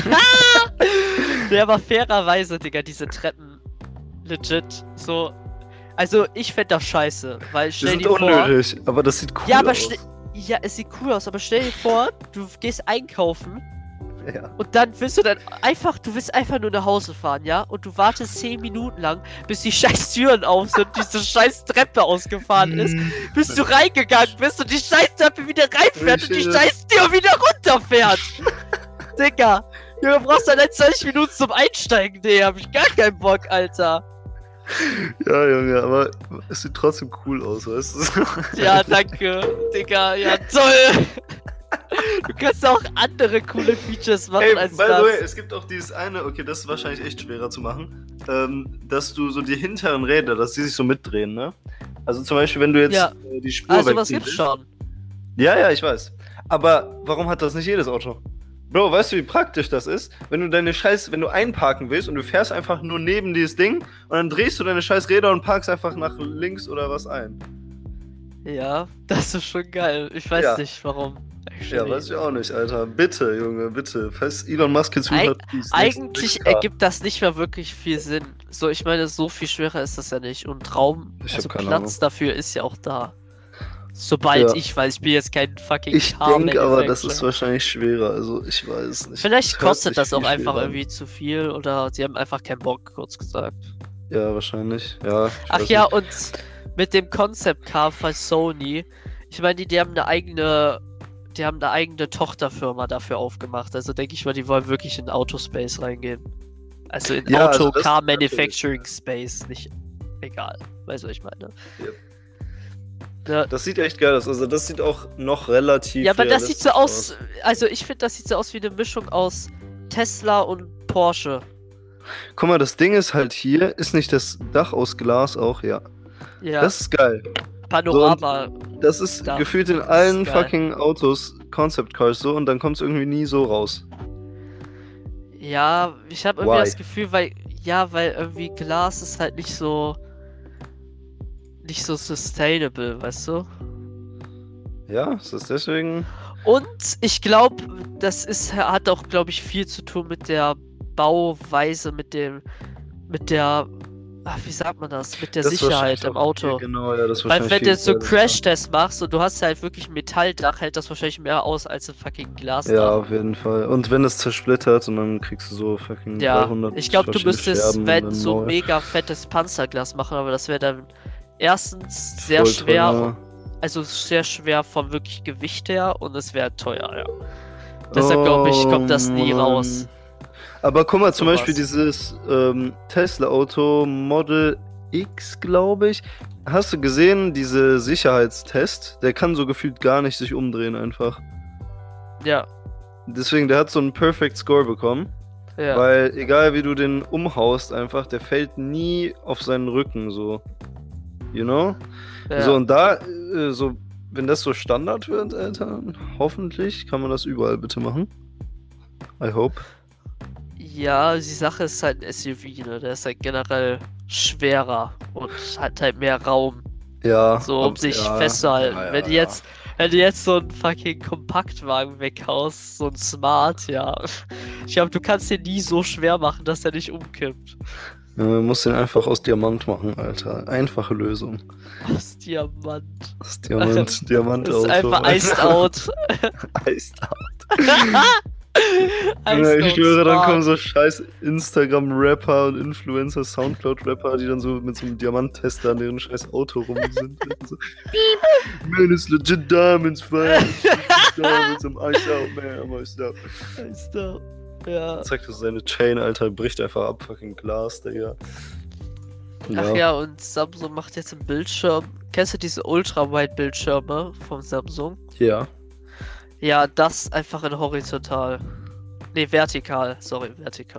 Der aber fairerweise, Digga, diese Treppen legit so. Also, ich fänd das scheiße, weil Die stell sind dir vor. unnötig, aber das sieht cool Ja, aber aus. ja, es sieht cool aus, aber stell dir vor, du gehst einkaufen Ja. und dann willst du einfach nur nach Hause fahren, ja? Und du wartest 10 Minuten lang, bis die scheiß Türen auf sind, diese scheiß Treppe ausgefahren ist, bis du reingegangen bist und die scheiß Treppe wieder reinfährt und die Shit. scheiß Tür wieder runterfährt. Digga, du brauchst dann halt 20 Minuten zum Einsteigen, nee, hab ich gar keinen Bock, Alter. Ja, Junge, aber es sieht trotzdem cool aus, weißt du? Ja, danke, Digga, ja toll. Du kannst auch andere coole Features machen Ey, als by the das. way, es gibt auch dieses eine, okay, das ist wahrscheinlich echt schwerer zu machen, dass du so die hinteren Räder, dass die sich so mitdrehen, ne? Also zum Beispiel, wenn du jetzt Ja. die Spur Also was wegziehen gibt's willst. schon? Ja, ich weiß. Aber warum hat das nicht jedes Auto? Bro, weißt du, wie praktisch das ist? Wenn du wenn du einparken willst und du fährst einfach nur neben dieses Ding und dann drehst du deine scheiß Räder und parkst einfach nach links oder was ein. Ja, das ist schon geil. Ich weiß Ja. nicht, warum. Ja, weiß ich auch nicht, Alter. Bitte, Junge, bitte. Falls Elon Musk jetzt Eig- hat, dieses Eigentlich nächste ergibt das nicht mehr wirklich viel Sinn. So, ich meine, so viel schwerer ist das ja nicht. Und Raum, Ich hab also keine Platz Ahnung. dafür ist ja auch da. Sobald Ja. ich weiß, ich bin jetzt kein fucking Ich Car denke aber, das Manufacturer. ist wahrscheinlich schwerer. Also, ich weiß nicht. Vielleicht Es hört kostet sich das auch viel einfach schwerer an. irgendwie zu viel oder sie haben einfach keinen Bock, kurz gesagt. Ja, wahrscheinlich. Ja, ich Ach weiß ja, nicht. und mit dem Concept Car von Sony, ich meine, die haben die haben eine eigene Tochterfirma dafür aufgemacht. Also denke ich mal, die wollen wirklich in Autospace reingehen. Also in Ja, also das Auto-Car natürlich. Manufacturing Space, nicht egal. Weißt du, was ich meine? Ja. Ja, Das sieht echt geil aus. Also das sieht auch noch relativ ja, aber das sieht so realistisch aus, also ich finde, das sieht so aus wie eine Mischung aus Tesla und Porsche. Guck mal, das Ding ist halt hier, ist nicht das Dach aus Glas auch, ja. Ja, Das ist geil. Panorama. Das ist Dach. gefühlt in Das allen ist geil. fucking Autos, Concept Cars so, und dann kommt es irgendwie nie so raus. Ja, ich habe irgendwie Why? das Gefühl, weil irgendwie Glas ist halt nicht so sustainable, weißt du? Ja, ist das deswegen? Und ich glaube, hat auch, glaube ich, viel zu tun mit der Bauweise, mit der, wie sagt man das, mit der Das ist Sicherheit wahrscheinlich im auch Auto. Genau, ja, das ist Weil wahrscheinlich wenn viel du so geiler, Crash-Tests machst und du hast halt wirklich ein Metalldach, hält das wahrscheinlich mehr aus als ein fucking ja. Glasdach. Ja, auf jeden Fall. Und wenn es zersplittert und dann kriegst du so fucking Ja, 300 ich glaube, du verschiedene müsstest, Scherben und wenn dann so ein neu. mega fettes Panzerglas machen, aber das wäre dann erstens sehr Voll schwer, teuer. also sehr schwer vom wirklich Gewicht her und es wäre teuer, ja. Deshalb glaube ich, kommt das nie Mann. raus. Aber guck mal, zum Sowas. Beispiel dieses Tesla-Auto Model X, glaube ich. Hast du gesehen, diese Sicherheitstest? Der kann so gefühlt gar nicht sich umdrehen einfach. Ja, Deswegen, der hat so einen Perfect Score bekommen. ja. Weil egal wie du den umhaust einfach, der fällt nie auf seinen Rücken so. You know? Ja. So, und da, so, wenn das so Standard wird, Alter, hoffentlich kann man das überall bitte machen. I hope. Ja, die Sache ist halt ein SUV, ne? Der ist halt generell schwerer und hat halt mehr Raum, Ja. so um sich festzuhalten. ja, Wenn du ja. jetzt so einen fucking Kompaktwagen weghaust, so ein Smart, ja. Ich glaube, du kannst den nie so schwer machen, dass er nicht umkippt. Ja, man muss den einfach aus Diamant machen, Alter. Einfache Lösung. Aus Diamant. Das Diamantauto. Das ist einfach iced out. Iced out. Iced Ja, ich out schwöre, dann smart. kommen so scheiß Instagram-Rapper und Influencer, Soundcloud-Rapper, die dann so mit so einem Diamanttester an deren scheiß Auto rum sind. So, man, it's legit diamonds, fine. It's legit diamonds, I'm iced out, man, I'm iced out. Iced out. Ja. Zeigt das seine Chain, Alter, bricht einfach ab, fucking Glas, Digga. Ach ja, und Samsung macht jetzt einen Bildschirm. Kennst du diese Ultra-Wide-Bildschirme vom Samsung? Ja. Ja, das einfach in horizontal. Nee, vertikal. Sorry, vertikal.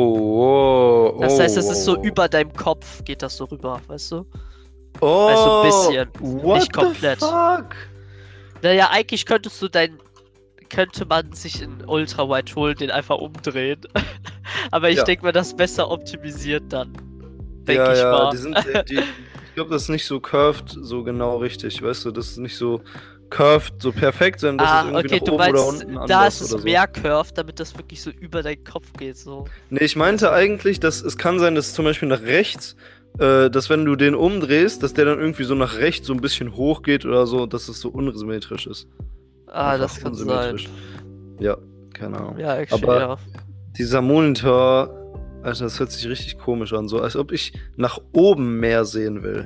Oh, Das heißt, es ist so über deinem Kopf, geht das so rüber, weißt du? Oh, Also ein bisschen, what nicht komplett. The fuck? Naja, eigentlich könnte man sich einen Ultra-Wide holen, den einfach umdrehen. Aber ich Ja. denke mal, das ist besser optimisiert dann. Denke Ja, ich ja, mal. ich glaube, das ist nicht so curved so genau richtig, weißt du, das ist nicht so curved so perfekt, sondern das ist irgendwie Okay, nach du oben oder meinst, unten da anders ist es oder so. mehr curved, damit das wirklich so über deinen Kopf geht, so. Nee, ich meinte eigentlich, dass es kann sein, dass zum Beispiel nach rechts, dass wenn du den umdrehst, dass der dann irgendwie so nach rechts so ein bisschen hoch geht oder so, dass es so unsymmetrisch ist. Ah, Einfach das kann sein. Ja, keine Ahnung. Ja, actually, Aber ja. dieser Monitor, Alter, das hört sich richtig komisch an, so als ob ich nach oben mehr sehen will.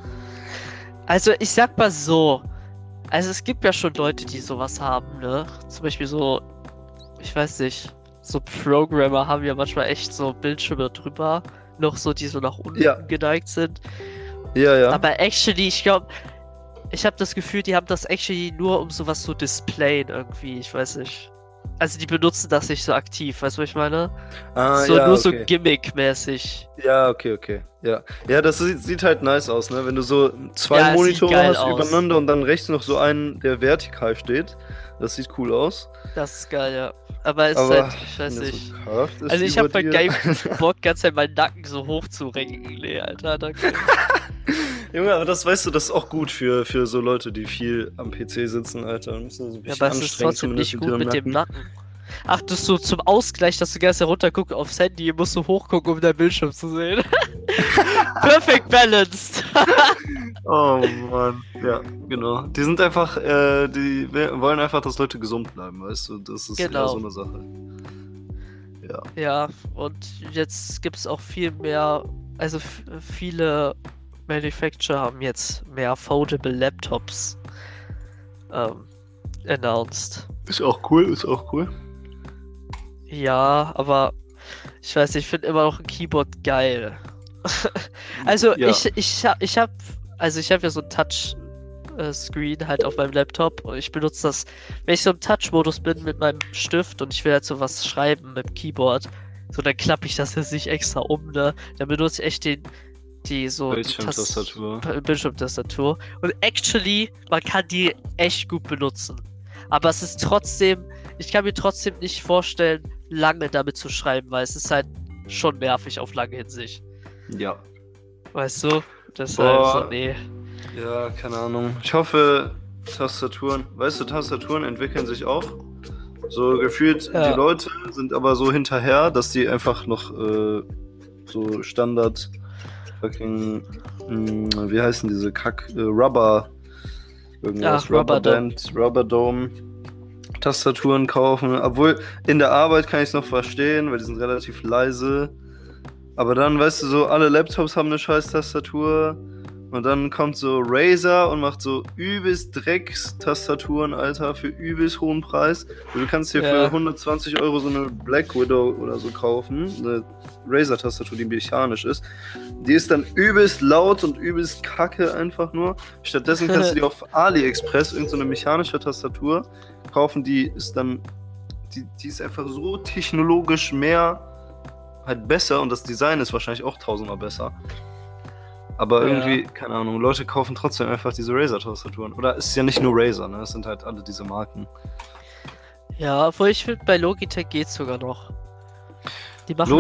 Also, ich sag mal so. Also, es gibt ja schon Leute, die sowas haben, ne? Zum Beispiel so, ich weiß nicht, so Programmer haben ja manchmal echt so Bildschirme drüber, noch so, die so nach unten Ja. geneigt sind. Ja, ja. Aber actually, ich glaube, ich habe das Gefühl, die haben das actually nur, um sowas zu displayen irgendwie, ich weiß nicht. Also, die benutzen das nicht so aktiv, weißt du, was ich meine? So ja, nur so okay. Gimmick-mäßig. Ja, okay. Ja, ja, das sieht halt nice aus, ne? Wenn du so zwei Ja, es sieht Monitore geil hast aus. übereinander und dann rechts noch so einen, der vertikal steht. Das sieht cool aus. Das ist geil, ja. Aber es ist Aber halt, ich weiß wenn der nicht. so curved ist Also ich über hab bei dir- Game Bock, ganz halt meinen Nacken so hoch zu renken. Nee, Alter, danke. Junge, aber das weißt du, das ist auch gut für so Leute, die viel am PC sitzen, Alter. Und müssen so ein Ja, bisschen aber es ist anstrengen, trotzdem zumindest nicht gut ihrem mit dem Nacken. Ach, das so zum Ausgleich, dass du ganz herunterguckst aufs Handy, musst du hochgucken, um deinen Bildschirm zu sehen. Perfect balanced. Oh Mann, ja, genau. Die sind einfach, die wollen einfach, dass Leute gesund bleiben, weißt du? Das ist eher Genau. so eine Sache. Ja. Ja, und jetzt gibt's auch viel mehr, also viele Manufacturer haben jetzt mehr Foldable Laptops announced. Ist auch cool, ist auch cool. Ja, aber ich weiß nicht, ich finde immer noch ein Keyboard geil. Also Ja. ich habe ja so ein Touchscreen halt auf meinem Laptop und ich benutze das, wenn ich so im Touch-Modus bin mit meinem Stift und ich will halt so was schreiben mit dem Keyboard, so dann klappe ich das jetzt nicht extra um, ne? Dann benutze ich echt die Bildschirmtastatur. Bildschirmtastatur. Und actually, man kann die echt gut benutzen. Aber es ist trotzdem, ich kann mir trotzdem nicht vorstellen, lange damit zu schreiben, weil es ist halt schon nervig auf lange Hinsicht. Ja. Weißt du? Deshalb Boah. so, nee. Ja, keine Ahnung. Ich hoffe, Tastaturen entwickeln sich auch. So gefühlt, Ja. die Leute sind aber so hinterher, dass die einfach noch so Standard fucking, wie heißen diese Rubber, irgendwas, Ach, Rubber Rubberband, Rubberdome Tastaturen kaufen. Obwohl, in der Arbeit kann ich es noch verstehen, weil die sind relativ leise. Aber dann, weißt du, so alle Laptops haben eine scheiß Tastatur. Und dann kommt so Razer und macht so übelst Drecks-Tastaturen, Alter, für übelst hohen Preis. Du kannst dir für 120 € so eine Black Widow oder so kaufen, eine Razer-Tastatur, die mechanisch ist. Die ist dann übelst laut und übelst kacke einfach nur. Stattdessen kannst du dir auf AliExpress irgendeine so mechanische Tastatur kaufen, die ist dann, die ist einfach so technologisch mehr halt besser und das Design ist wahrscheinlich auch tausendmal besser. Aber irgendwie, keine Ahnung, Leute kaufen trotzdem einfach diese Razer-Tastaturen. Oder es ist ja nicht nur Razer, ne? Es sind halt alle diese Marken. Ja, obwohl ich finde, bei Logitech geht's sogar noch. Die machen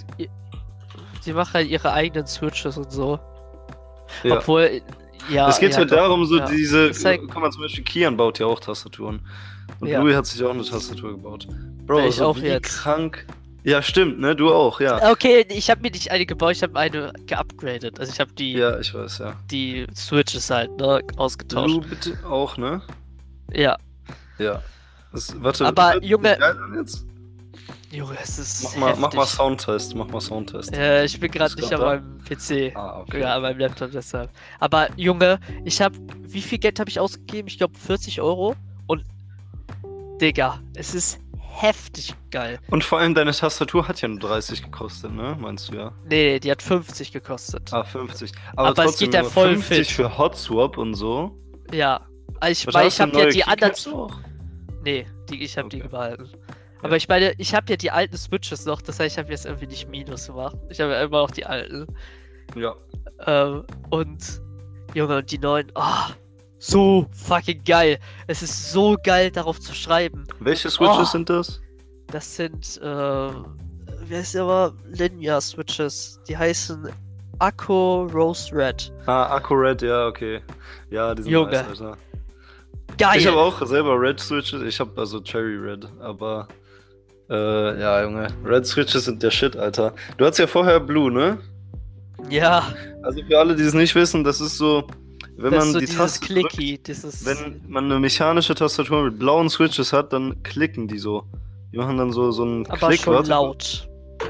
halt ihre eigenen Switches und so. Ja. Obwohl, ja. Es geht halt darum, so diese. Halt, guck mal, zum Beispiel Kian baut ja auch Tastaturen. Und Louis hat sich auch eine Tastatur gebaut. Bro, ich so auch wie jetzt. Krank. Ja, stimmt, ne? Du auch, ja. Okay, ich habe mir nicht eine gebaut, ich habe eine geupgradet. Also ich habe die. Ja, ich weiß, ja. Die Switches halt, ne? Ausgetauscht. Lou bitte auch, ne? Ja. Ja. Warte, aber Junge. Jetzt? Junge, es ist. Mach mal Soundtest. Ich bin gerade nicht an meinem PC. Okay. Ja, an meinem Laptop deshalb. Aber Junge, wie viel Geld habe ich ausgegeben? Ich glaube 40 €. Und Digga, es ist heftig geil. Und vor allem deine Tastatur hat ja nur 30 gekostet, ne? Meinst du ja? Nee, die hat 50 gekostet. 50. Aber trotzdem es geht ja voll 50 fit. für Hot Swap und so. Ja. Ich habe ja die anderen. Auch? Nee, ich habe die behalten. Aber ich meine, ich habe ja die alten Switches noch, das heißt, ich habe jetzt irgendwie nicht Minus gemacht. Ich habe ja immer noch die alten. Ja. Und Junge, und die neuen, so fucking geil. Es ist so geil, darauf zu schreiben. Welche Switches sind das? Das sind, wie heißt aber Linear-Switches. Die heißen Akku Rose Red. Akku Red, ja, okay. Ja, die sind Junge. nice, Alter. Geil! Ich habe auch selber Red Switches, ich habe also Cherry Red, aber ja, Junge, Red Switches sind der Shit, Alter. Du hattest ja vorher Blue, ne? Ja. Also für alle, die es nicht wissen, das ist so, wenn man so die Taste Clicky, wenn man eine mechanische Tastatur mit blauen Switches hat, dann klicken die so. Die machen dann so einen aber Klick. Schon laut.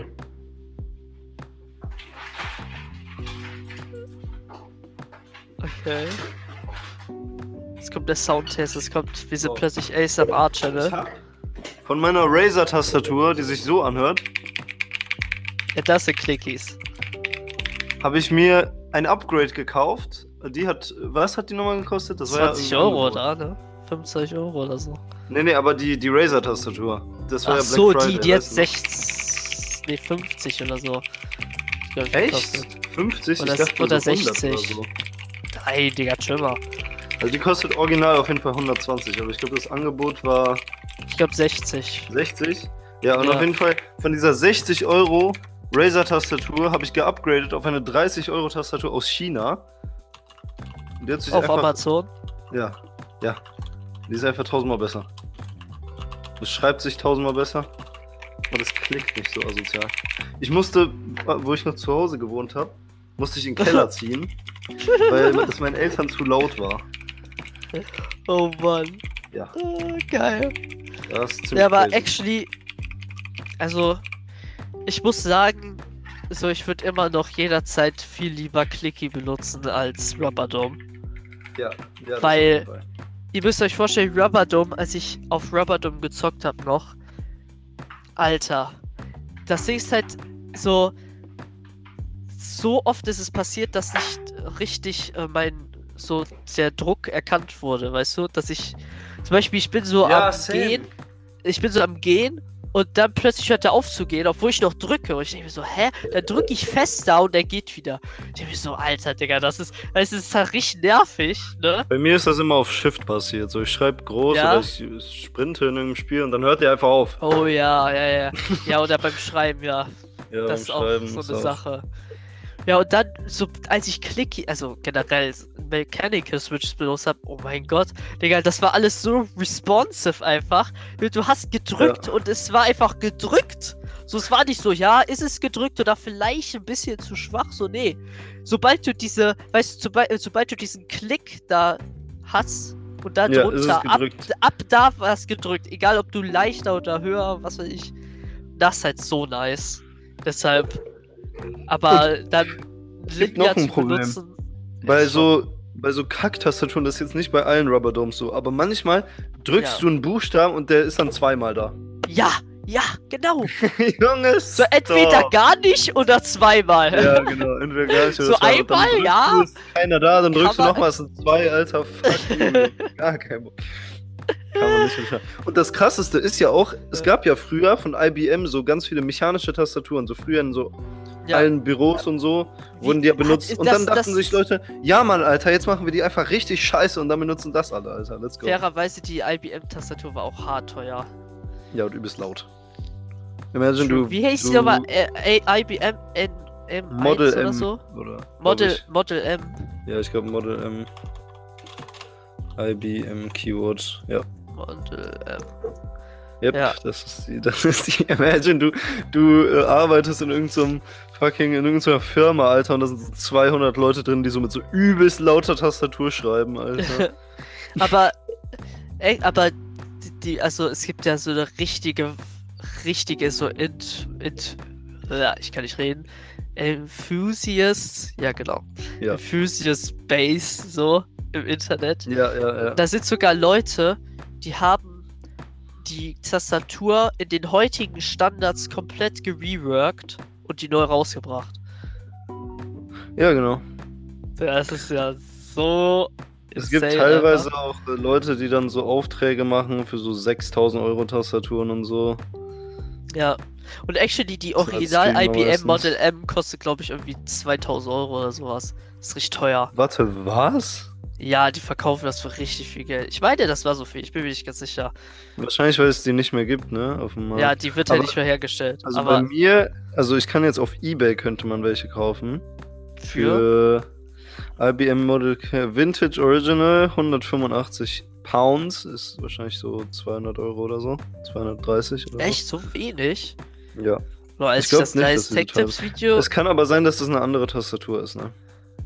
Okay. Jetzt kommt der Soundtest, wir sind plötzlich ASMR-Channel. Von meiner Razer-Tastatur, die sich so anhört. Ja, das sind Clickies. Habe ich mir ein Upgrade gekauft. Die hat, was hat die nochmal gekostet? Das 20 € da, ne? 25 € oder so. Nee, aber die Razer-Tastatur. Das war Ach ja Black so, Friday, die jetzt 50 oder so. Echt? 50? Oder, ich dachte oder so 60. Oder so. Nein, Digga, chill mal. Also die kostet original auf jeden Fall 120, aber ich glaube das Angebot war... Ich glaube 60. 60? Ja, und auf jeden Fall von dieser 60 € Razer-Tastatur habe ich geupgradet auf eine 30 € Tastatur aus China. Und die hat sich auf einfach, Amazon? Ja. Die ist einfach tausendmal besser. Es schreibt sich tausendmal besser. Und es klickt nicht so asozial. Ich musste, wo ich noch zu Hause gewohnt habe, musste ich in den Keller ziehen, weil das meinen Eltern zu laut war. Oh Mann. Ja. Geil. Das ist ziemlich Ja, aber crazy. actually, also, ich muss sagen, so ich würde immer noch jederzeit viel lieber Clicky benutzen als Rubberdome. Ja, ja, Weil- das auf jeden Fall. Ihr müsst euch vorstellen, Rubberdome, als ich auf Rubberdome gezockt habe noch, Alter, das Ding ist halt so oft ist es passiert, dass nicht richtig der Druck erkannt wurde, weißt du, dass ich, zum Beispiel, ich bin so Ja, am same. Gehen, ich bin so am Gehen und dann plötzlich hört er auf zu gehen, obwohl ich noch drücke und ich denke mir so, hä, dann drücke ich fest da und der geht wieder. Ich denke mir so, Alter, Digga, das ist halt richtig nervig, ne? Bei mir ist das immer auf Shift passiert. So, ich schreibe groß Ja? oder ich sprinte in irgendeinem Spiel und dann hört der einfach auf. Oh ja, ja, ja. Ja, oder beim Schreiben, ja. Ja, Das ist beim auch Schreiben so ist eine auch- Sache. Ja, und dann, so, als ich Clicky, also generell Mechanical Switches benutzt habe, oh mein Gott, Digga, das war alles so responsive einfach. Du hast gedrückt und es war einfach gedrückt. So, es war nicht so, ja, ist es gedrückt oder vielleicht ein bisschen zu schwach, so, nee. Sobald du sobald du diesen Klick da hast und da Ja, ist es drunter, gedrückt. ab da war es gedrückt, egal ob du leichter oder höher, was weiß ich. Das ist halt so nice. Deshalb. Aber dann gibt noch Linear ein zu Problem. benutzen. Bei ist schon- so Kacktastaturen, das ist jetzt nicht bei allen Rubberdomes so, aber manchmal drückst Ja. du einen Buchstaben und der ist dann zweimal da. Ja, ja, genau. Junge, So entweder gar nicht oder zweimal. Ja, genau, entweder gar nicht oder So zweimal. Dann einmal, drückst ja. du, ist keiner da, dann drückst du Aber- nochmal, es sind zwei, Alter, fuck you. Gar kein Bock. Kann man nicht entscheiden. Und das krasseste ist ja auch, es gab ja früher von IBM so ganz viele mechanische Tastaturen, so früher in so Ja. allen Büros und so, wurden die ja benutzt. Und dann dachten sich Leute, ja Mann, Alter, jetzt machen wir die einfach richtig scheiße und dann benutzen das alle, Alter. Let's go. Fairerweise, die IBM-Tastatur war auch hart teuer. Ja, und übelst laut. Imagine du. Wie heißt die du- nochmal? IBM M1 Model oder M. so? Oder, glaub Model ich. M. Ja, ich glaube Model M. IBM Keyword. Ja. Model M. Yep, Ja. das ist die. Imagine, du arbeitest in irgendeiner Firma, Alter, und da sind so 200 Leute drin, die so mit so übelst lauter Tastatur schreiben, Alter. aber also es gibt ja so eine richtige so ja, ich kann nicht reden. Enthusiast, ja genau. Ja. Enthusiast Base, so im Internet. Ja. Da sind sogar Leute, die haben die Tastatur in den heutigen Standards komplett gereworked und die neu rausgebracht. Ja, genau. Das ist ja so. Es gibt insane teilweise einfach. auch Leute, die dann so Aufträge machen für so 6.000 Euro Tastaturen und so. Ja. Und actually, die Das ist als Original Streamer IBM meistens. Model M kostet, glaube ich, irgendwie 2.000 Euro oder sowas. Das ist richtig teuer. Warte, was? Ja, die verkaufen das für richtig viel Geld. Ich meine, das war so viel. Ich bin mir nicht ganz sicher. Wahrscheinlich, weil es die nicht mehr gibt, ne? Auf dem Markt. Ja, die wird ja Aber- nicht mehr hergestellt. Also bei aber mir, also ich kann jetzt auf eBay könnte man welche kaufen. für. IBM Model Vintage Original 185 Pounds ist wahrscheinlich so 200 Euro oder so. 230 oder Echt so wenig? so. Ja. Nur als Ich ich glaub das nicht, Nice dass sie Tech so teuer Tips Video. Es kann aber sein, dass das eine andere Tastatur ist, ne?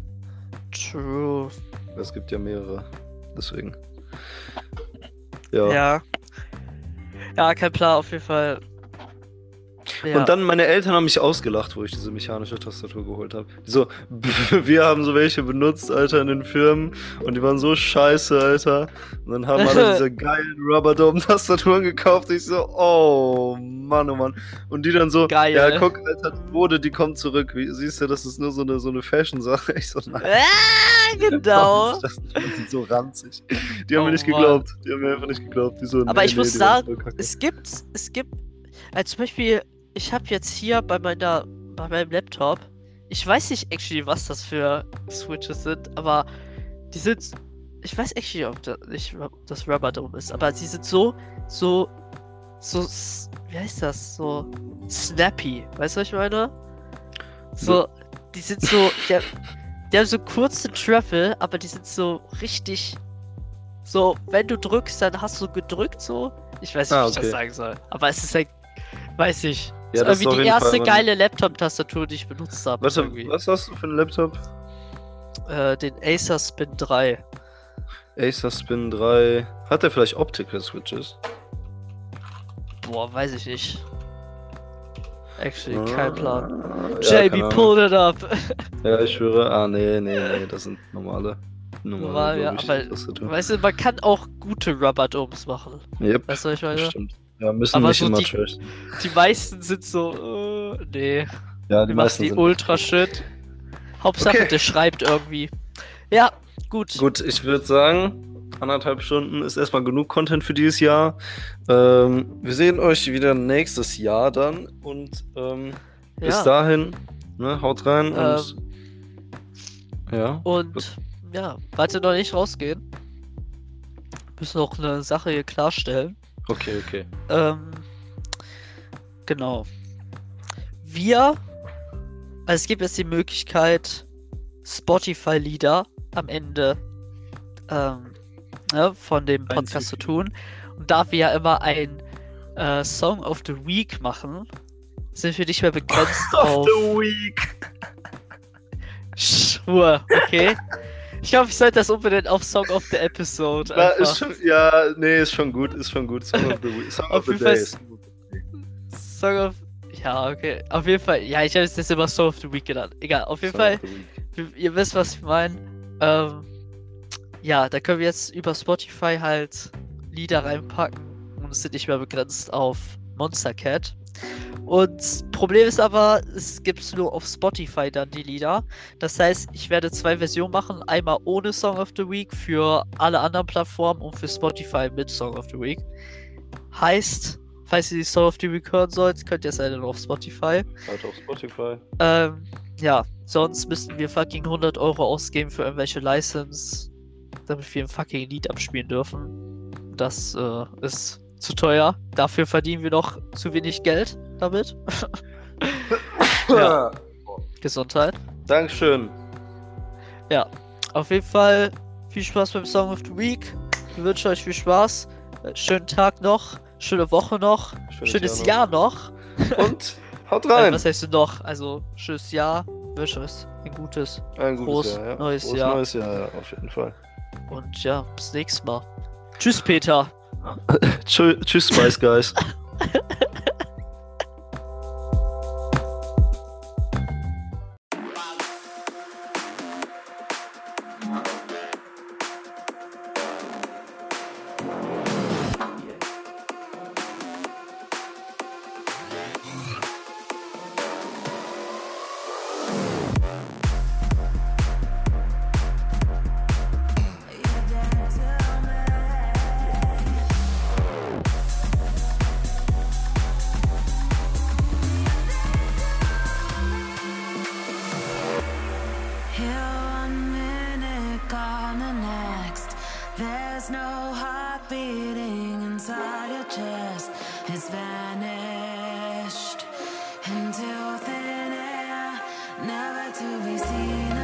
True. Es gibt ja mehrere. Deswegen. Ja. Ja. Ja, kein Plan, auf jeden Fall. Ja. Und dann meine Eltern haben mich ausgelacht, wo ich diese mechanische Tastatur geholt habe. Die so, wir haben so welche benutzt, Alter, in den Firmen und die waren so scheiße, Alter. Und dann haben alle diese geilen Rubberdome-Tastaturen gekauft. Ich so, oh Mann, oh Mann. Und die dann so, Geil. ja, guck, Alter, die Mode, die kommt zurück. Wie, siehst du, das ist nur so eine Fashion-Sache. Ich so, nein. Genau. Das ist so ranzig. Die haben Oh mir nicht Mann. geglaubt. Die haben mir einfach nicht geglaubt. Die so, Aber ich muss die waren sagen, voll kacke. Es gibt, zum Beispiel, ich habe jetzt hier bei meinem Laptop, ich weiß nicht actually, was das für Switches sind, aber die sind, ich weiß actually, ob das Rubberdome ist, aber sie sind so, wie heißt das, so snappy, weißt du, was ich meine? So, die sind so, die haben so kurze Travel, aber die sind so richtig, so, wenn du drückst, dann hast du gedrückt so. Ich weiß nicht, wie ich das okay. sagen soll. Aber es ist halt, weiß ich. Ja, Das ist das ist irgendwie auf die jeden erste Fall, Mann. geile Laptop-Tastatur, die ich benutzt habe. Warte, irgendwie. was hast du für einen Laptop? Den Acer Spin 3. Acer Spin 3. Hat der vielleicht Optical Switches? Boah, weiß ich nicht. Actually, kein Plan. Ja, JB, keine Ahnung. pull it up. Ja, ich schwöre. Ah, nee, das sind normale, Normal, ja, glaube ich, aber Tastatur. weißt du, man kann auch gute Rubber-Domes machen. Yep, Weißt du, was ich meine? stimmt. Ja, müssen Aber nicht so immer die- trash sein. Die meisten sind so, nee. Ja, die Wir machen meisten die sind. Ultra-Shit. Hauptsache, Okay. der schreibt irgendwie. Ja, gut. Gut, ich würde sagen, 1,5 Stunden ist erstmal genug Content für dieses Jahr. Wir sehen euch wieder nächstes Jahr dann und bis Ja. dahin, ne, haut rein und ja. Und ja, warte noch nicht rausgehen. Müssen noch eine Sache hier klarstellen. Okay. Genau. Also es gibt jetzt die Möglichkeit, Spotify-Lieder am Ende von dem Podcast zu tun. Und da wir ja immer ein Song of the Week machen, sind wir nicht mehr begrenzt auf... Week. Schwur, okay? Ich glaube, ich sollte das unbedingt auf Song of the Episode Na, einfach. ist schon gut. Song of the Week. Song Auf of the jeden Fall Day. ist- Song of... Ja, okay. Auf jeden Fall, ja, ich habe es jetzt immer Song of the Week genannt. Egal, auf jeden Song Fall, of the Week. ihr wisst, was ich meine. Ja, da können wir jetzt über Spotify halt Lieder reinpacken und es sind nicht mehr begrenzt auf Monster Cat. Und Problem ist aber, es gibt nur auf Spotify dann die Lieder. Das heißt, ich werde 2 Versionen machen. Einmal ohne Song of the Week für alle anderen Plattformen und für Spotify mit Song of the Week. Heißt, falls ihr die Song of the Week hören sollt, könnt ihr es leider nur auf Spotify. Halt auf Spotify. Ja, sonst müssten wir fucking 100 Euro ausgeben für irgendwelche License, damit wir ein fucking Lied abspielen dürfen. Das ist zu teuer. Dafür verdienen wir noch zu wenig Geld damit. Ja. Gesundheit. Dankeschön. Ja, auf jeden Fall viel Spaß beim Song of the Week. Ich wünsche euch viel Spaß. Schönen Tag noch, schöne Woche noch, schönes Jahr noch. Und haut rein. Was heißt du noch? Also, schönes Jahr. Wünsche euch ein gutes. Ein gutes Frohes Jahr, ja. neues Frohes Jahr. neues Jahr, ja, auf jeden Fall. Und ja, bis nächstes Mal. Tschüss, Peter. Tschüss, Spice Guys. Here one minute, gone the next. There's no heart beating inside your chest. It's vanished into thin air, never to be seen